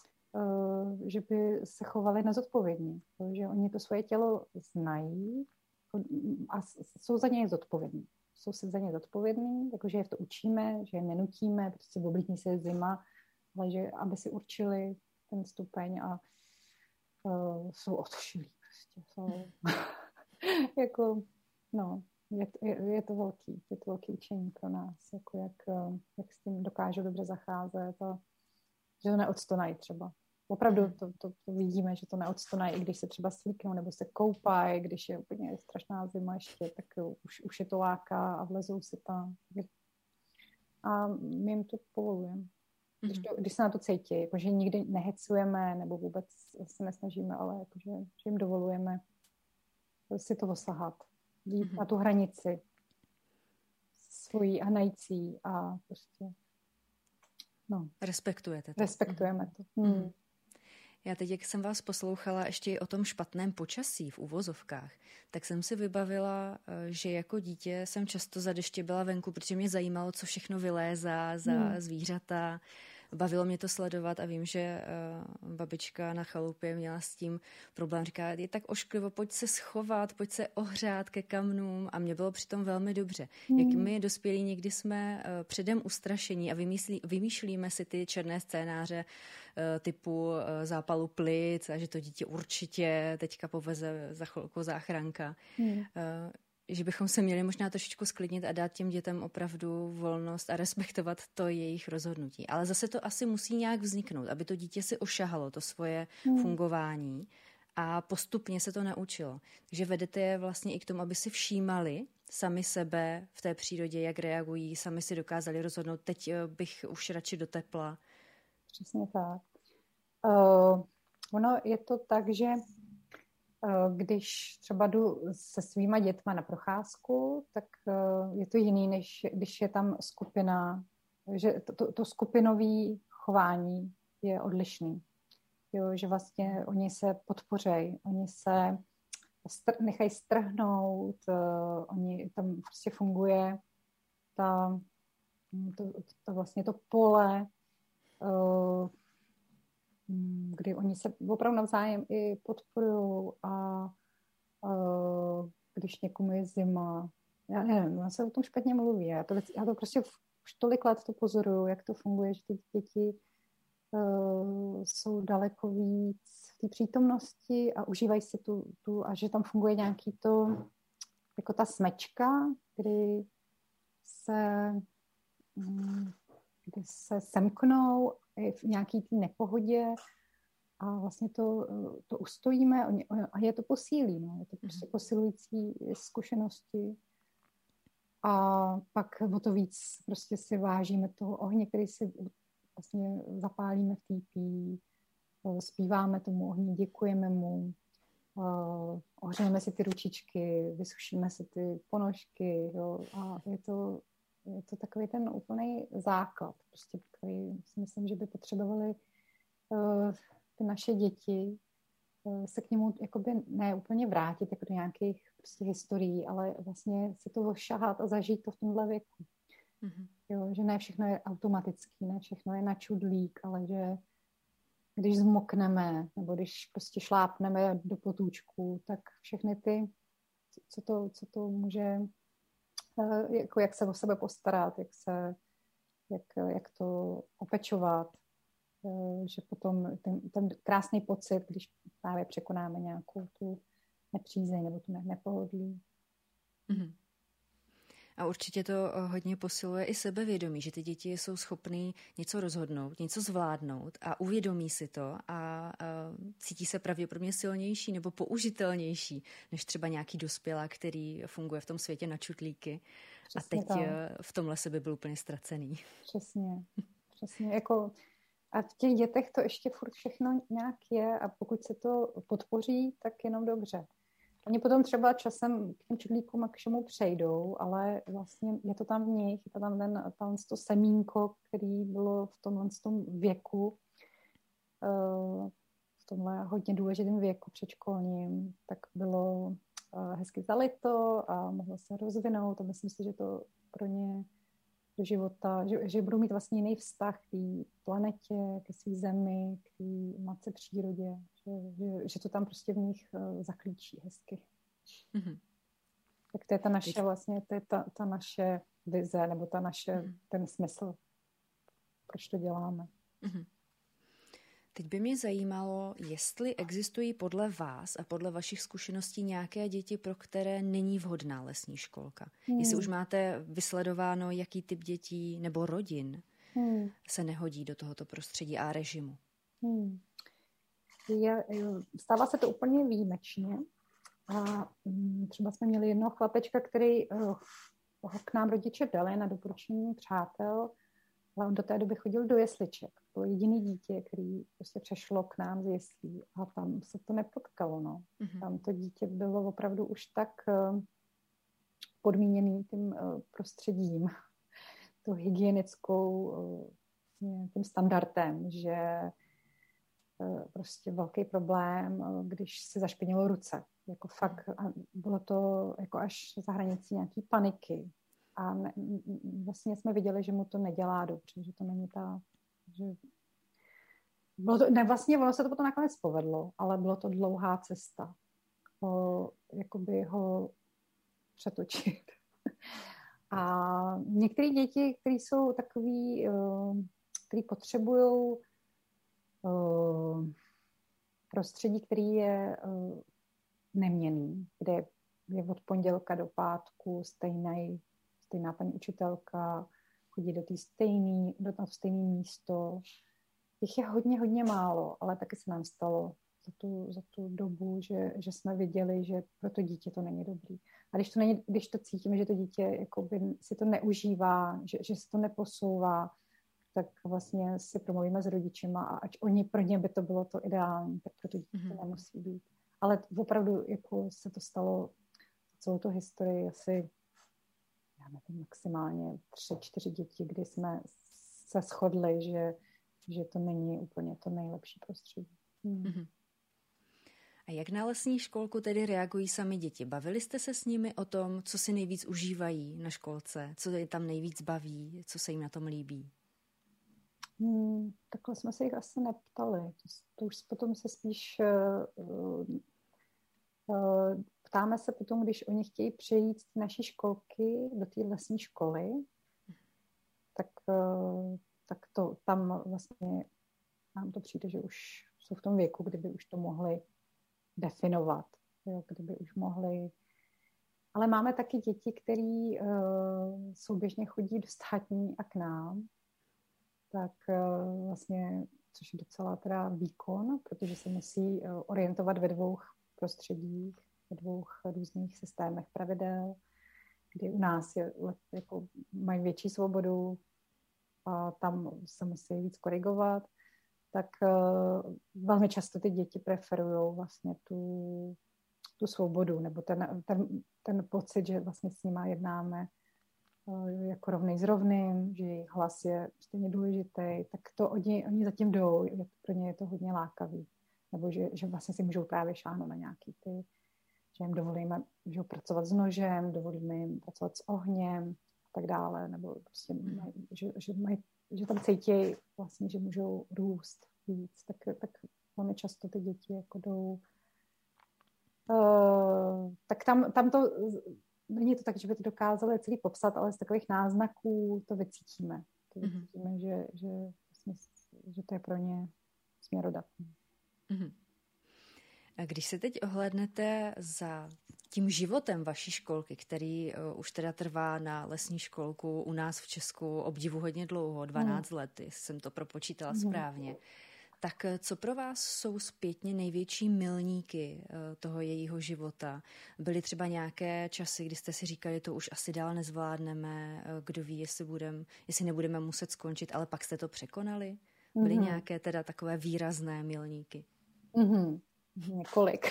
že by se chovali nezodpovědně. Že oni to svoje tělo znají a jsou za něj zodpovědní. Jsou se za něj zodpovědní, takže je v to učíme, že je nenutíme, prostě oblíkni se zima, ale že aby si určili ten stupeň a uh, jsou otušilí prostě. Jsou jako, no, je, je, je to velký, je to velký učení pro nás, jako jak, jak s tím dokážou dobře zacházet a že to neodstonají třeba. Opravdu to, to, to vidíme, že to neodstonají, i když se třeba slíknou nebo se koupají, když je úplně strašná zima ještě, tak už, už je to láká a vlezou si tam. A my jim to povolujeme. Když, to, když se na to cítí, jakože nikdy nehecujeme nebo vůbec se nesnažíme, ale jakože, že jim dovolujeme si to osahat. Jít mm-hmm. na tu hranici svojí a najít a prostě no. Respektujete to. Respektujeme to. Hmm. Já teď, jak jsem vás poslouchala ještě i o tom špatném počasí v uvozovkách, tak jsem si vybavila, že jako dítě jsem často za deště byla venku, protože mě zajímalo, co všechno vylézá za hmm. zvířata. Bavilo mě to sledovat a vím, že uh, babička na chalupě měla s tím problém. Říká, je tak ošklivo, pojď se schovat, pojď se ohřát ke kamnům a mě bylo přitom velmi dobře. Hmm. Jak my dospělí někdy jsme uh, předem ustrašení a vymyslí, vymýšlíme si ty černé scénáře uh, typu uh, zápalu plic a že to dítě určitě teďka poveze za chvilku záchranka. Hmm. Uh, že bychom se měli možná trošičku sklidnit a dát těm dětem opravdu volnost a respektovat to jejich rozhodnutí. Ale zase to asi musí nějak vzniknout, aby to dítě si ošahalo to svoje hmm. fungování a postupně se to naučilo. Takže vedete je vlastně i k tomu, aby si všímali sami sebe v té přírodě, jak reagují, sami si dokázali rozhodnout, teď bych už radši do tepla. Přesně tak. Uh, ono je to tak, že když třeba jdu se svýma dětma na procházku, tak je to jiný, než když je tam skupina, že to, to, to skupinové chování je odlišný. Jo, že vlastně oni se podpořejí, oni se str- nechají strhnout, uh, oni tam prostě funguje ta, to, to vlastně to pole, uh, kdy oni se opravdu navzájem i podporují a uh, když někomu je zima, já nevím, já se o tom špatně mluví, já to, já to prostě už tolik let to pozoruju, jak to funguje, že ty děti uh, jsou daleko víc v té přítomnosti a užívají si tu, tu, a že tam funguje nějaký to, jako ta smečka, kdy se, um, kdy se semknou v nějaký té nepohodě a vlastně to, to ustojíme a je to posílí. No. Je to prostě posilující zkušenosti. A pak o to víc prostě si vážíme toho ohně, který si vlastně zapálíme v týpí, zpíváme tomu ohni, děkujeme mu, ohřejeme si ty ručičky, vysušíme si ty ponožky, jo, a je to Je to takový ten úplný základ, prostě, který si myslím, že by potřebovali uh, ty naše děti uh, se k němu jakoby ne úplně vrátit jako do nějakých prostě historií, ale vlastně si to ošahat a zažít to v tomhle věku. Mm-hmm. Jo, že ne všechno je automatický, ne všechno je na čudlík, ale že když zmokneme nebo když prostě šlápneme do potůčku, tak všechny ty, co to, co to může jako jak se o sebe postarat, jak, se, jak, jak to opečovat, že potom ten, ten krásný pocit, když právě překonáme nějakou tu nepřízeň nebo tu nepohodlí. Mm-hmm. A určitě to hodně posiluje i sebevědomí, že ty děti jsou schopný něco rozhodnout, něco zvládnout a uvědomí si to a, a cítí se pravděpodobně silnější nebo použitelnější než třeba nějaký dospělák, který funguje v tom světě na čutlíky. Přesně a teď tak. V tomhle se by byl úplně ztracený. Přesně, přesně. Jako, a v těch dětech to ještě furt všechno nějak je a pokud se to podpoří, tak jenom dobře. Oni potom třeba časem k těm čudlíkům a k všemu přejdou, ale vlastně je to tam v nich, je to tam ten, tam to semínko, který bylo v tomhle tom věku, v tomhle hodně důležitém věku předškolním, tak bylo hezky zalito a mohlo se rozvinout a myslím si, že to pro ně do života, že, že budou mít vlastně jiný vztah k té planetě, ke své zemi, k té matce přírodě, že, že, že to tam prostě v nich uh, zaklíčí hezky. Mm-hmm. Tak to je ta naše vlastně, to je ta, ta naše vize, nebo ta naše, mm-hmm. ten smysl, proč to děláme. Mm-hmm. Teď by mě zajímalo, jestli existují podle vás a podle vašich zkušeností nějaké děti, pro které není vhodná lesní školka. Hmm. Jestli už máte vysledováno, jaký typ dětí nebo rodin hmm. se nehodí do tohoto prostředí a režimu. Hmm. Je, stává se to úplně výjimečně. A třeba jsme měli jednoho chlapečka, který ho k nám rodiče dali na doporučení přátel, ale on do té doby chodil do jesliček. To bylo jediný dítě, který prostě přešlo k nám z jeslí a tam se to nepotkalo. No. Mm-hmm. Tam to dítě bylo opravdu už tak uh, podmíněný tím uh, prostředím, tou hygienickou, uh, tím standardem, že prostě velký problém, když se zašpinilo ruce. Jako fakt, a bylo to jako až za hranicí nějaký paniky. A ne, vlastně jsme viděli, že mu to nedělá dobře, že to není ta... Že bylo to, ne, vlastně ono se to potom nakonec povedlo, ale bylo to dlouhá cesta. Ho, jakoby ho přetočit. A některé děti, které jsou takový, který potřebují prostředí, který je neměnný, kde je od pondělka do pátku stejnej, stejná paní učitelka, chodí do té stejné, do toho stejné místo. Těch je hodně, hodně málo, ale taky se nám stalo za tu, za tu dobu, že, že jsme viděli, že pro to dítě to není dobrý. A když to, není, když to cítíme, že to dítě jakoby si to neužívá, že, že se to neposouvá, tak vlastně si promluvíme s rodičima a ať oni pro ně by to bylo to ideální, tak pro to dítě mm-hmm. to nemusí být. Ale opravdu jako se to stalo celou tu historii asi já nevím, maximálně tři, čtyři děti, kdy jsme se shodli, že, že to není úplně to nejlepší prostředí. Hmm. Mm-hmm. A jak na lesní školku tedy reagují sami děti? Bavili jste se s nimi o tom, co si nejvíc užívají na školce, co je tam nejvíc baví, co se jim na tom líbí? Hmm, takhle jsme se jich asi neptali. To, to už potom se spíš uh, uh, ptáme se potom, když oni chtějí přejít z naší školky do té lesní školy, tak, uh, tak to tam vlastně nám to přijde, že už jsou v tom věku, kdyby už to mohli definovat, jo, kdyby už mohli. Ale máme taky děti, které uh, souběžně chodí do státní a k nám, tak uh, vlastně, což je docela teda výkon, protože se musí uh, orientovat ve dvou prostředích, ve dvou různých systémech pravidel, kdy u nás je, jako, mají větší svobodu a tam se musí víc korigovat, tak uh, velmi často ty děti preferují vlastně tu, tu svobodu, nebo ten, ten, ten pocit, že vlastně s nima jednáme uh, jako rovnej s rovným, že jejich hlas je stejně důležitý, tak to oni, oni zatím jdou, je, pro ně je to hodně lákavý. Nebo že, že vlastně si můžou právě šáhnout na nějaký ty, že jim dovolíme, můžou pracovat s nožem, dovolíme jim pracovat s ohněm a tak dále, nebo prostě maj, že, že, maj, že tam cítí vlastně, že můžou růst víc, tak, tak velmi často ty děti jako jdou. Uh, tak tam, tam to, není to tak, že by to dokázali celý popsat, ale z takových náznaků to vycítíme. To vycítíme, mm-hmm. že, že, vlastně, že to je pro ně směrodatné. Mm-hmm. A když se teď ohlédnete za tím životem vaší školky, který uh, už teda trvá na lesní školku u nás v Česku obdivuhodně dlouho, dvanáct mm. let, jestli jsem to propočítala mm. správně, tak co pro vás jsou zpětně největší milníky uh, toho jejího života? Byly třeba nějaké časy, kdy jste si říkali, to už asi dál nezvládneme, uh, kdo ví, jestli, budem, jestli nebudeme muset skončit, ale pak jste to překonali? Byly mm. nějaké teda takové výrazné milníky? Mm-hmm. Několik.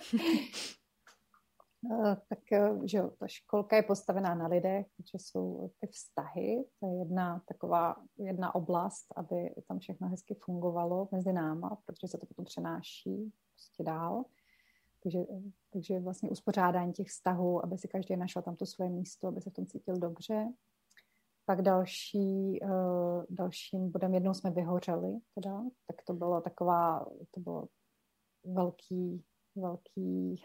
Tak, že jo, ta školka je postavená na lidech, že jsou ty vztahy, to je jedna taková, jedna oblast, aby tam všechno hezky fungovalo mezi náma, protože se to potom přenáší prostě dál. Takže, takže vlastně uspořádání těch vztahů, aby si každý našel tam to svoje místo, aby se v tom cítil dobře. Pak další, dalším bodem, jednou jsme vyhořeli, teda, tak to bylo taková, to bylo velký, velký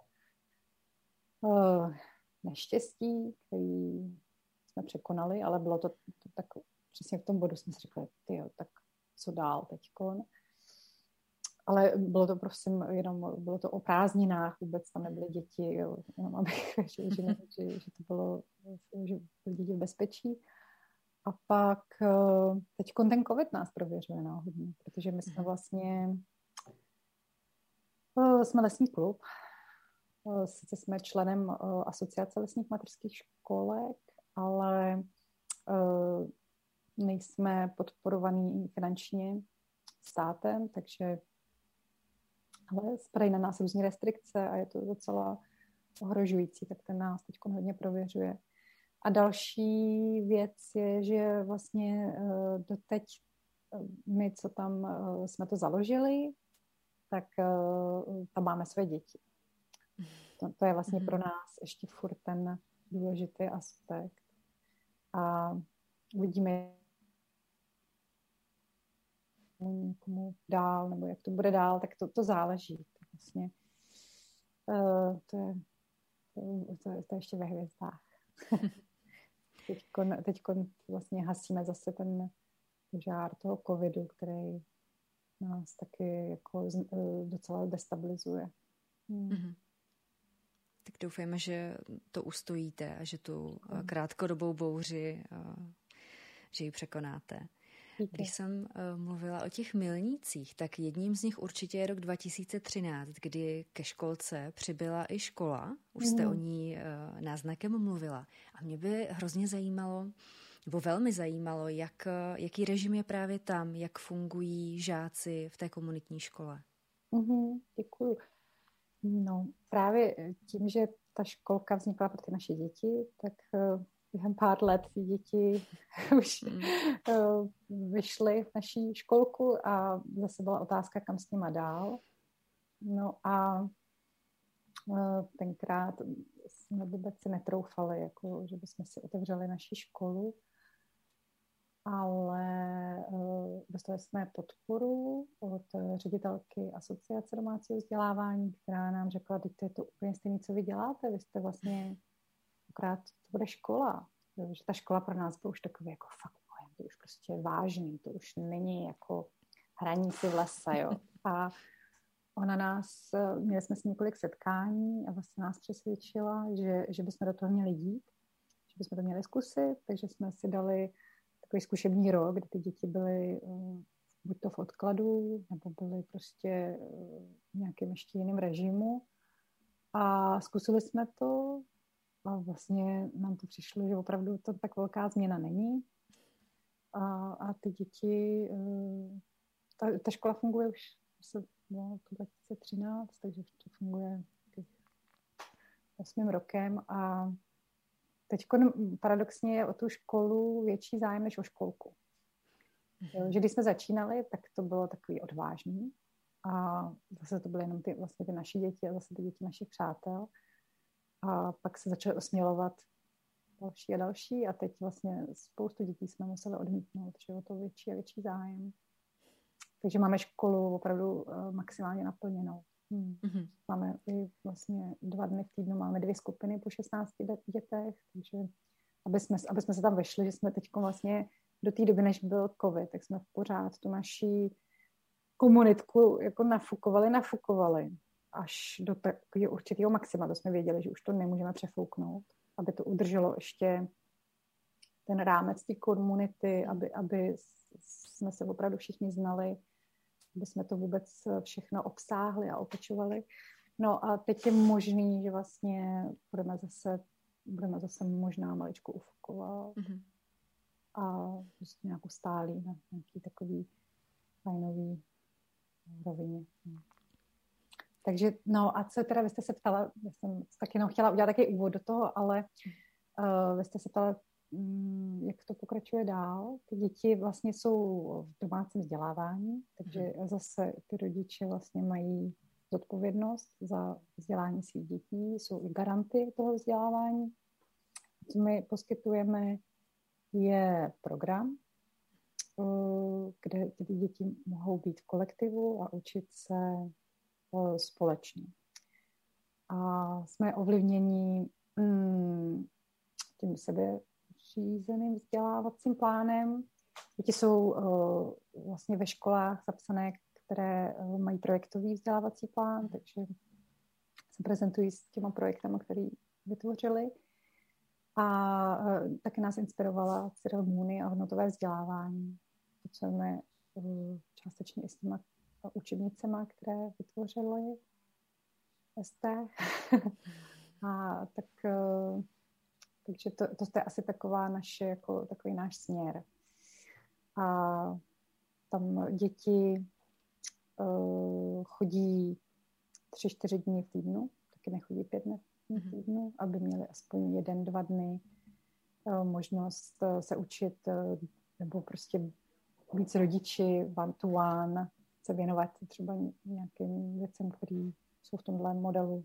uh, neštěstí, který jsme překonali, ale bylo to, to tak, přesně v tom bodu jsme si řekli, tyjo, tak co dál teďkon. Ale bylo to prosím, jenom bylo to o prázdninách, vůbec tam nebyly děti, jo, jenom abych, že, že, že, že to bylo, že byly děti v bezpečí. A pak teďkon ten covid nás prověřuje náhodně, protože my jsme vlastně jsme lesní klub, sice jsme členem asociace lesních mateřských školek, ale nejsme podporovaní finančně státem, takže ale spadají na nás různé restrikce a je to docela ohrožující, tak ten nás teď hodně prověřuje. A další věc je, že vlastně doteď my, co tam jsme to založili, tak tam máme své děti. To, to je vlastně mm-hmm. pro nás ještě furt ten důležitý aspekt. A uvidíme někomu dál, nebo jak to bude dál, tak to, to záleží. To vlastně uh, to, je, to, to, je, to je ještě ve hvězdách. teďkon, teďkon vlastně hasíme zase ten žár toho covidu, který nás taky jako docela destabilizuje. Hmm. Mm-hmm. Tak doufejme, že to ustojíte a že tu krátkodobou bouři, že ji překonáte. Když jsem mluvila o těch milnících, tak jedním z nich určitě je rok dva tisíce třináct, kdy ke školce přibyla i škola. Už jste mm. o ní náznakem mluvila. A mě by hrozně zajímalo, nebo velmi zajímalo, jak, jaký režim je právě tam, jak fungují žáci v té komunitní škole. Mm-hmm, děkuju. No, právě tím, že ta školka vznikla pro ty naše děti, tak během pár let ty děti už mm. vyšly v naší školku a zase byla otázka, kam s nima dál. No a tenkrát jsme vůbec si netroufali, jako, že bychom si otevřeli naši školu, ale dostali jsme podporu od ředitelky Asociace domácího vzdělávání, která nám řekla, že to je to úplně stejné, co vy děláte, vy jste vlastně akorát to bude škola. Že ta škola pro nás byla už takový jako fakt, to už prostě vážný, to už není jako hraní si v lese, jo. A ona nás, měli jsme si několik setkání a vlastně nás přesvědčila, že, že bychom do toho měli jít, že bychom to měli zkusit, takže jsme si dali takový zkušební rok, kdy ty děti byly uh, buď to v odkladu, nebo byly prostě uh, v nějakém ještě jiném režimu. A zkusili jsme to a vlastně nám to přišlo, že opravdu to tak velká změna není. A, a ty děti, uh, ta, ta škola funguje už se, no, dva tisíce třináct, takže to funguje osmým rokem a teď paradoxně je o tu školu větší zájem než o školku. Jo, že když jsme začínali, tak to bylo takový odvážný a zase to byly jenom ty, vlastně ty naše děti a zase ty děti našich přátel. A pak se začaly osmělovat další a další a teď vlastně spoustu dětí jsme museli odmítnout, že o to větší a větší zájem. Takže máme školu opravdu maximálně naplněnou. Hmm. Mm-hmm. Máme i vlastně dva dny v týdnu, máme dvě skupiny po šestnácti dětech, takže aby jsme, aby jsme se tam vešli, že jsme teď vlastně do té doby, než byl covid, tak jsme pořád tu naší komunitku jako nafukovali, nafukovali až do takového určitého maxima, to jsme věděli, že už to nemůžeme přefouknout, aby to udrželo ještě ten rámec té komunity, aby, aby jsme se opravdu všichni znali, aby jsme to vůbec všechno obsáhli a opečovali. No a teď je možný, že vlastně budeme zase, budeme zase možná maličko ufukovat mm-hmm. a prostě nějakou stálí na nějaký takový fajnový rovině. Takže, no a co teda, vy jste se ptala, já jsem taky jenom chtěla udělat taky úvod do toho, ale uh, vy jste se ptala, um, jak to pokračuje dál. Ty děti vlastně jsou v domácím vzdělávání, takže hmm. zase ty rodiče vlastně mají zodpovědnost za vzdělání svých dětí, jsou i garanty toho vzdělávání. Co my poskytujeme, je program, uh, kde ty děti mohou být v kolektivu a učit se společně. A jsme ovlivněni mm, tím sebeřízeným vzdělávacím plánem. Děti jsou uh, vlastně ve školách zapsané, které uh, mají projektový vzdělávací plán, takže se prezentují s těma projektama, které vytvořili. A uh, taky nás inspirovala Cyril Mooney a hodnotové vzdělávání. Pracujeme uh, částečně i s těma učebnicema, které vytvořily S T. A tak, takže to, to je asi taková naše, jako takový náš směr. A tam děti uh, chodí tři, čtyři dny v týdnu, taky nechodí pět dní v týdnu, aby měli aspoň jeden, dva dny uh, možnost uh, se učit uh, nebo prostě víc rodiči one-to-one se věnovat třeba nějakým věcem, které jsou v tomhle modelu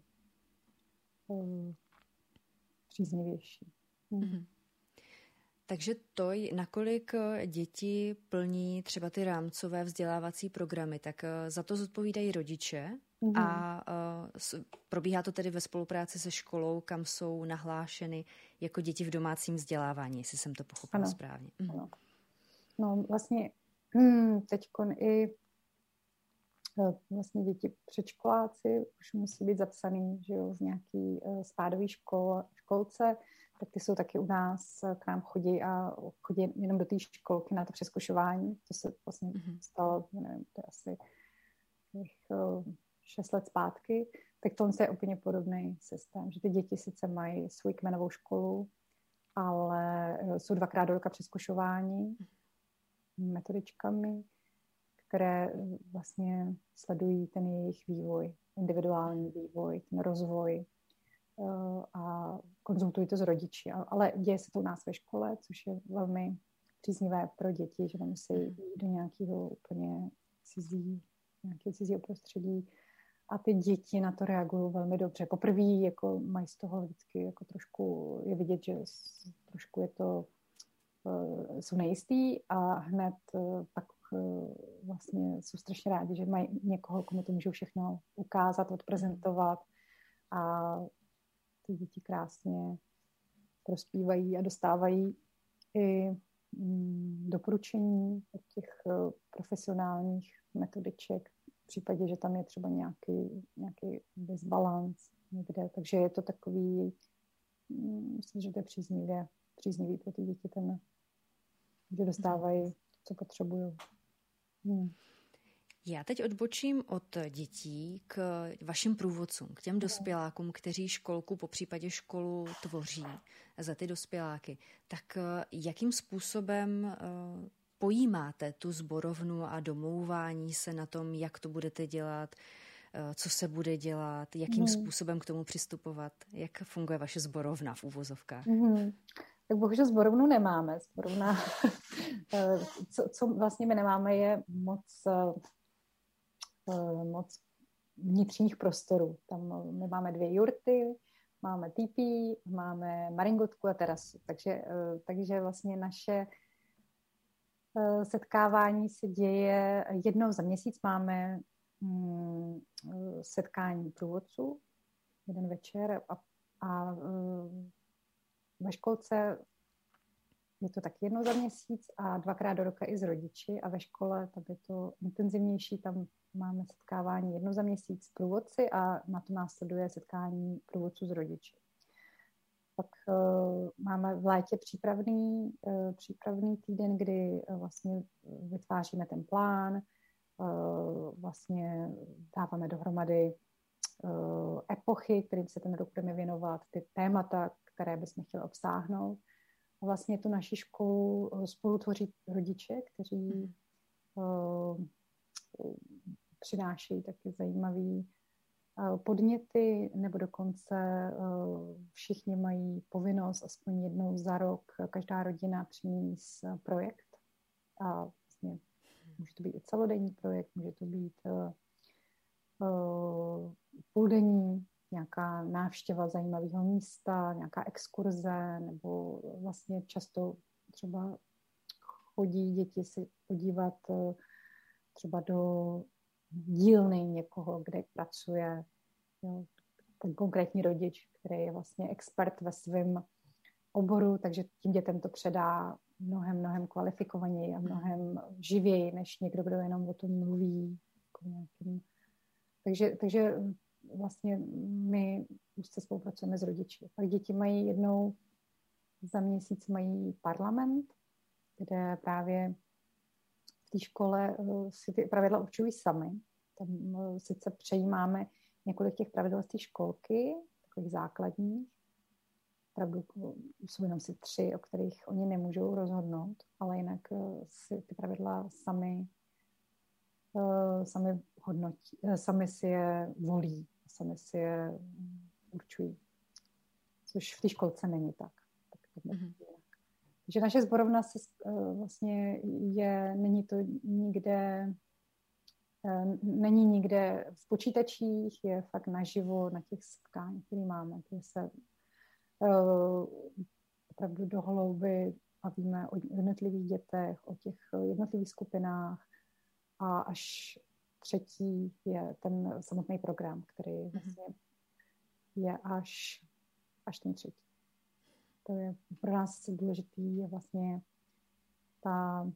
uh, příznivější. Hmm. Mm-hmm. Takže to, nakolik děti plní třeba ty rámcové vzdělávací programy, tak za to zodpovídají rodiče mm-hmm. a uh, probíhá to tedy ve spolupráci se školou, kam jsou nahlášeny jako děti v domácím vzdělávání, jestli jsem to pochopila ano. správně. Mm. Ano. No vlastně hm, teďkon i vlastně děti předškoláci už musí být zapsaný, že jo, v nějaký uh, spádový škol, školce, tak ty jsou taky u nás, k nám chodí a chodí jenom do té školky na to přezkušování. To se vlastně mm-hmm. stalo, nevím, to je asi těch šest let zpátky. Tak to je úplně podobný systém, že ty děti sice mají svou kmenovou školu, ale jsou dvakrát do roka přezkušování metodičkami, které vlastně sledují ten jejich vývoj, individuální vývoj, ten rozvoj a konzultují to s rodiči. Ale děje se to u nás ve škole, což je velmi příznivé pro děti, že nemusí jít do nějakého úplně cizí, nějakého cizího prostředí. A ty děti na to reagují velmi dobře. Poprvé jako mají z toho vždycky jako trošku, je vidět, že trošku je to, jsou nejistý a hned pak vlastně jsou strašně rádi, že mají někoho, komu to můžou všechno ukázat, odprezentovat a ty děti krásně prospívají a dostávají i doporučení od těch profesionálních metodiček v případě, že tam je třeba nějaký, nějaký disbalans někde. Takže je to takový, myslím, že to je příznivě, příznivý pro ty děti, ten, že dostávají, co potřebují. Hmm. Já teď odbočím od dětí k vašim průvodcům, k těm dospělákům, kteří školku, po případě školu tvoří za ty dospěláky. Tak jakým způsobem pojímáte tu sborovnu a domlouvání se na tom, jak to budete dělat, co se bude dělat, jakým mm. způsobem k tomu přistupovat? Jak funguje vaše sborovna v uvozovkách? Mm. Tak bohužel sborovnu nemáme. Sborovna, co, co vlastně my nemáme, je moc, moc vnitřních prostorů. Tam my máme dvě jurty, máme tipí, máme maringotku a terasu. Takže, takže vlastně naše setkávání se děje jednou za měsíc. Máme mm, setkání průvodců, jeden večer a, a ve školce je to taky jednou za měsíc a dvakrát do roka i s rodiči a ve škole tam je to intenzivnější, tam máme setkávání jednou za měsíc s průvodci a na to následuje setkání průvodců s rodiči. Pak uh, máme v létě přípravný, uh, přípravný týden, kdy uh, vlastně vytváříme ten plán, uh, vlastně dáváme dohromady uh, epochy, kterým se ten rok budeme věnovat, ty témata, které bychom chtěli obsáhnout. A vlastně tu naši školu uh, spolu tvoří rodiče, kteří uh, přinášejí taky zajímavý podněty, nebo dokonce všichni mají povinnost aspoň jednou za rok každá rodina přinést projekt. A vlastně může to být i celodenní projekt, může to být půldenní, nějaká návštěva zajímavého místa, nějaká exkurze, nebo vlastně často třeba chodí děti si podívat třeba do dílny někoho, kde pracuje, jo, ten konkrétní rodič, který je vlastně expert ve svém oboru, takže tím dětem to předá mnohem, mnohem kvalifikovaněji a mnohem živěji, než někdo, kdo jenom o tom mluví. Jako nějakým. Takže, takže vlastně my úzce spolupracujeme s rodiči. Pak děti mají jednou za měsíc mají parlament, kde právě v té škole si ty pravidla určují sami. Tam sice přejímáme několik těch pravidel z té školky, takových základních. Opravdu jsou jenom si tři, o kterých oni nemůžou rozhodnout, ale jinak si ty pravidla sami, sami hodnotí, sami si je volí, sami si je určují. Což v té školce není tak. tak to mm-hmm. že naše sborovna se, vlastně je, není to nikde, není nikde v počítačích, je fakt naživo na těch setkáních, které máme, kde se uh, opravdu do hlouby bavíme o jednotlivých dětech, o těch jednotlivých skupinách a až třetí je ten samotný program, který vlastně je až, až ten třetí. To je pro nás důležitý, je vlastně ta,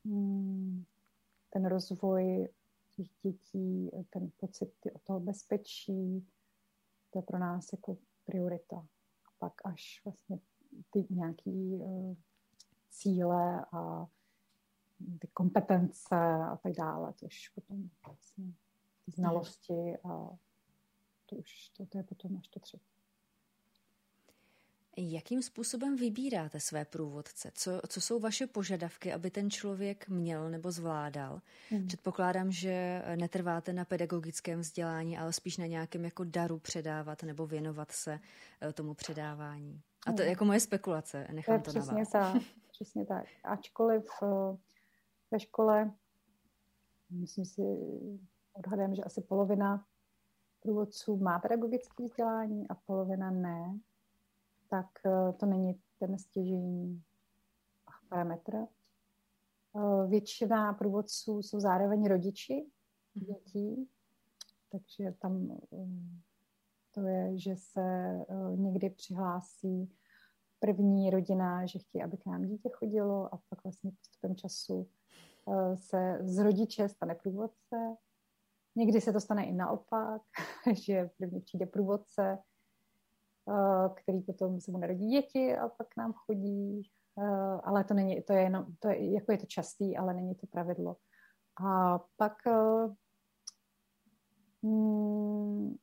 ten rozvoj těch dětí, ten pocit toho bezpečí, to je pro nás jako priorita. A pak až vlastně ty nějaký uh, cíle a ty kompetence a tak dále, to už potom vlastně ty znalosti a to už to, to je potom až to třetí. Jakým způsobem vybíráte své průvodce? Co, co jsou vaše požadavky, aby ten člověk měl nebo zvládal? Hmm. Předpokládám, že netrváte na pedagogickém vzdělání, ale spíš na nějakém jako daru předávat nebo věnovat se tomu předávání. A to je jako moje spekulace, nechám to, to na vás. Tak, přesně tak. Ačkoliv ve škole, myslím si, odhadem, že asi polovina průvodců má pedagogické vzdělání a polovina ne, tak to není ten stěžejní parametr. Většina průvodců jsou zároveň rodiči dětí, takže tam to je, že se někdy přihlásí první rodina, že chtějí, aby k nám dítě chodilo a pak vlastně postupem času se z rodiče stane průvodce. Někdy se to stane i naopak, že první přijde průvodce, který potom se mu narodí děti a pak k nám chodí, ale to není, to je jenom, to je, jako je to častý, ale není to pravidlo. A pak mm,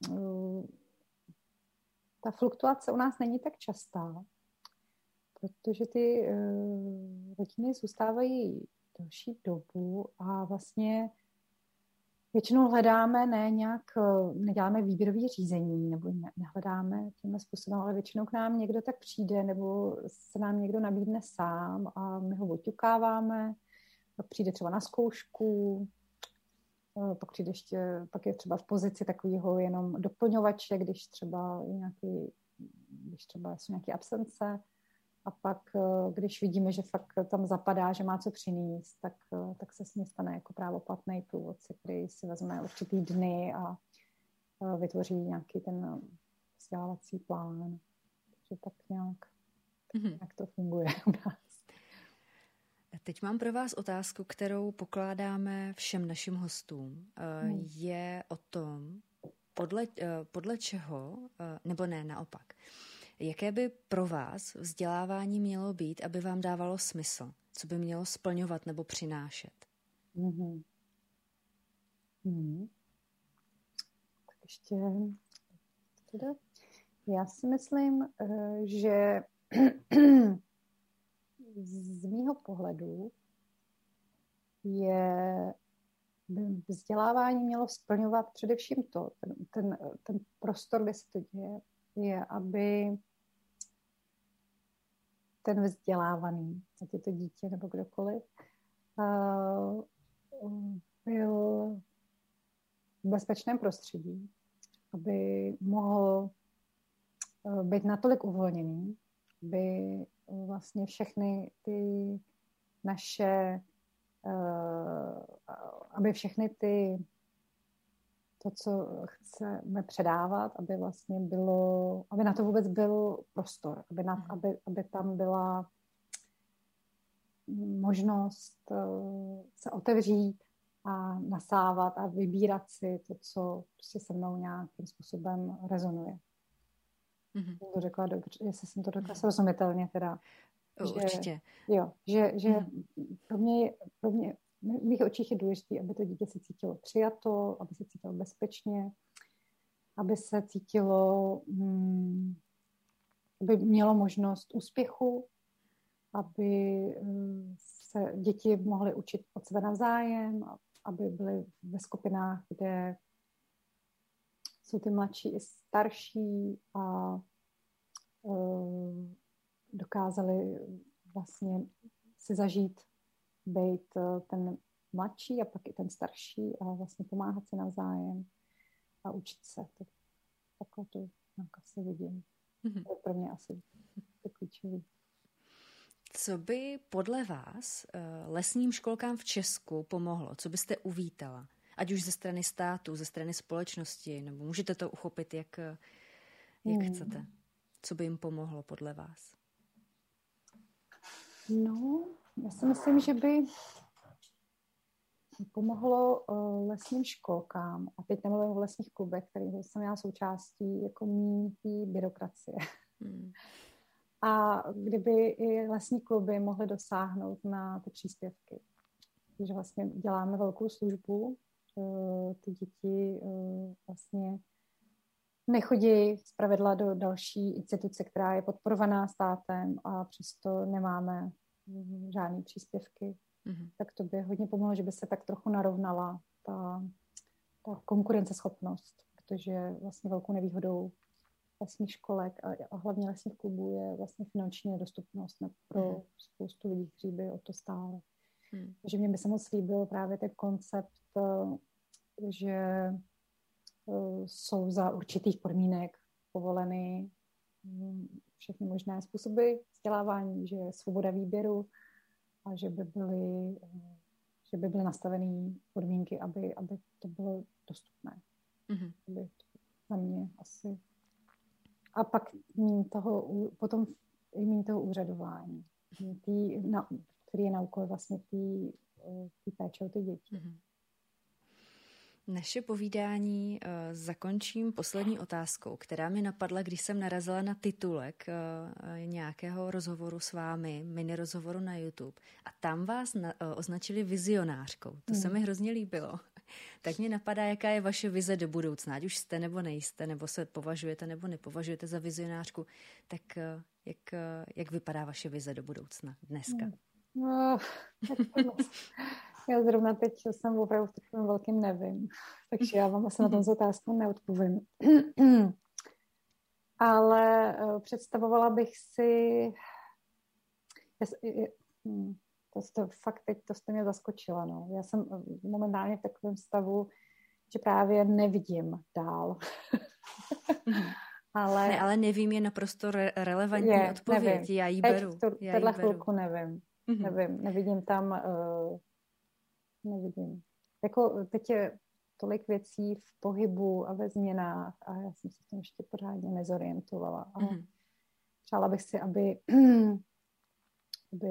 ta fluktuace u nás není tak častá, protože ty uh, rodiny zůstávají delší dobu a vlastně většinou hledáme, ne nějak, neděláme výběrový řízení nebo nehledáme tímhle způsobem, ale většinou k nám někdo tak přijde nebo se nám někdo nabídne sám a my ho oťukáváme, pak přijde třeba na zkoušku, pak přijde ještě, pak je třeba v pozici takového jenom doplňovače, když třeba je nějaký, když třeba jsou nějaké absence. A pak, když vidíme, že fakt tam zapadá, že má co přinést, tak, tak se s ní stane jako právoplatný průvodce, který si vezme určitý dny a vytvoří nějaký ten vzdělávací plán. Takže tak nějak, mm-hmm. tak to funguje u nás. Teď mám pro vás otázku, kterou pokládáme všem našim hostům. Hmm. Je o tom, podle, podle čeho, nebo ne, naopak, jaké by pro vás vzdělávání mělo být, aby vám dávalo smysl? Co by mělo splňovat nebo přinášet? Mm-hmm. Mm. Tak ještě... Teda. Já si myslím, že z mýho pohledu je vzdělávání mělo splňovat především to, ten, ten, ten prostor, kde se to děje, je, aby ten vzdělávaný, ať je to dítě nebo kdokoliv, byl v bezpečném prostředí, aby mohl být natolik uvolněný, aby vlastně všechny ty naše, aby všechny ty, to, co chceme předávat, aby vlastně bylo, aby na to vůbec byl prostor, aby, na, aby, aby tam byla možnost se otevřít a nasávat a vybírat si to, co prostě se mnou nějakým způsobem rezonuje. Mm-hmm. Jsem to řekla dobře, jestli jsem to řekla srozumitelně teda. Určitě. Že, jo, že, že mm. pro mě, pro mě v mých očích je důležité, aby to dítě se cítilo přijato, aby se cítilo bezpečně, aby se cítilo, mm, aby mělo možnost úspěchu, aby se děti mohly učit od sebe navzájem, aby byly ve skupinách, kde jsou ty mladší i starší a uh, dokázali vlastně si zažít, být ten mladší a pak i ten starší a vlastně pomáhat si navzájem a učit se. To, takhle to tak asi vidím. Mm-hmm. To je pro mě asi to klíčový. Co by podle vás lesním školkám v Česku pomohlo? Co byste uvítala? Ať už ze strany státu, ze strany společnosti, nebo můžete to uchopit, jak, jak hmm. chcete. Co by jim pomohlo podle vás? No, já si myslím, že by pomohlo uh, lesním školkám, a teď nemluvím o lesních klubech, kterých jsem já součástí, jako míň té byrokracie. Hmm. A kdyby i lesní kluby mohly dosáhnout na ty příspěvky. Takže vlastně děláme velkou službu, uh, ty děti uh, vlastně nechodí zpravidla do další instituce, která je podporovaná státem a přesto nemáme žádné příspěvky. Mm-hmm. Tak to by hodně pomohlo, že by se tak trochu narovnala ta, ta konkurenceschopnost, protože vlastně velkou nevýhodou lesních školek a, a hlavně lesních klubů je vlastně finanční nedostupnost pro mm-hmm. spoustu lidí, kteří by o to stáli. Mm. Takže mě by se moc líbil právě ten koncept, že jsou za určitých podmínek povoleny všechny možné způsoby vzdělávání, že je svoboda výběru a že by byly, že by byly nastavené podmínky, aby, aby to bylo dostupné. Mm-hmm. Aby to za mě asi. A pak míň toho, potom míň toho úřadování, tý, na, který je na úkol vlastně té péče o ty děti. Mm-hmm. Naše povídání uh, zakončím poslední otázkou, která mi napadla, když jsem narazila na titulek uh, nějakého rozhovoru s vámi, mini rozhovoru na YouTube. A tam vás na, uh, označili vizionářkou. To hmm. se mi hrozně líbilo. Tak mě napadá, jaká je vaše vize do budoucna. Ať už jste nebo nejste, nebo se považujete nebo nepovažujete za vizionářku. Tak uh, jak, uh, jak vypadá vaše vize do budoucna dneska? Hmm. No, já zrovna teď jsem opravdu v takovém velkým nevím, takže já vám asi na tom otázku neodpovím. Ale představovala bych si, to jste, fakt teď to jste mě zaskočila, no. Já jsem momentálně v takovém stavu, že právě nevidím dál. ale, ne, ale nevím, je naprosto re- relevantní je, odpověď, nevím. Já ji beru. Teď v téhle chvilku nevím. Mm-hmm. Nevím, nevidím tam, uh, nevidím. Jako teď je tolik věcí v pohybu a ve změnách a já jsem se v tom ještě pořádně nezorientovala. Ale mm-hmm. přála bych si, aby, aby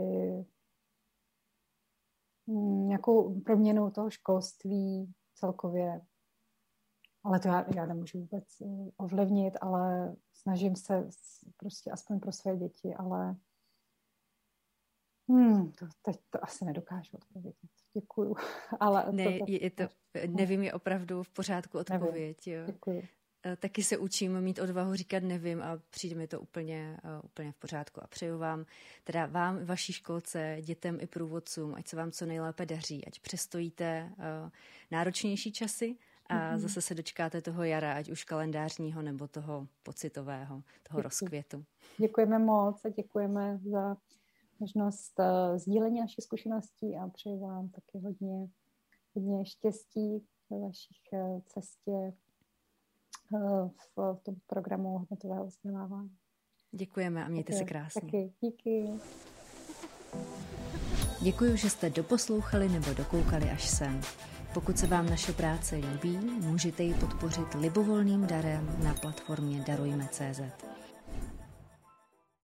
nějakou proměnu toho školství celkově, ale to já, já nemůžu vůbec ovlivnit, ale snažím se prostě aspoň pro své děti, ale Hmm, to, teď to asi nedokážu odpovědět. Děkuju. Ale ne, to, to, je to, nevím, je opravdu v pořádku odpověď. Jo. Děkuju. Taky se učím mít odvahu říkat nevím a přijde mi to úplně, úplně v pořádku. A přeju vám, teda vám, vaší školce, dětem i průvodcům, ať se vám co nejlépe daří, ať přestojíte uh, náročnější časy a mm-hmm. zase se dočkáte toho jara, ať už kalendářního nebo toho pocitového, toho Děkuji. rozkvětu. Děkujeme moc a děkujeme za možnost uh, sdílení našich zkušeností a přeji vám taky hodně, hodně štěstí ve vašich uh, cestě uh, v, v tom programu hodnotového vzdělávání. Děkujeme a mějte taky, se krásně. Taky, díky. Děkuji, že jste doposlouchali nebo dokoukali až sem. Pokud se vám naše práce líbí, můžete ji podpořit libovolným darem na platformě darujme tečka cé zet.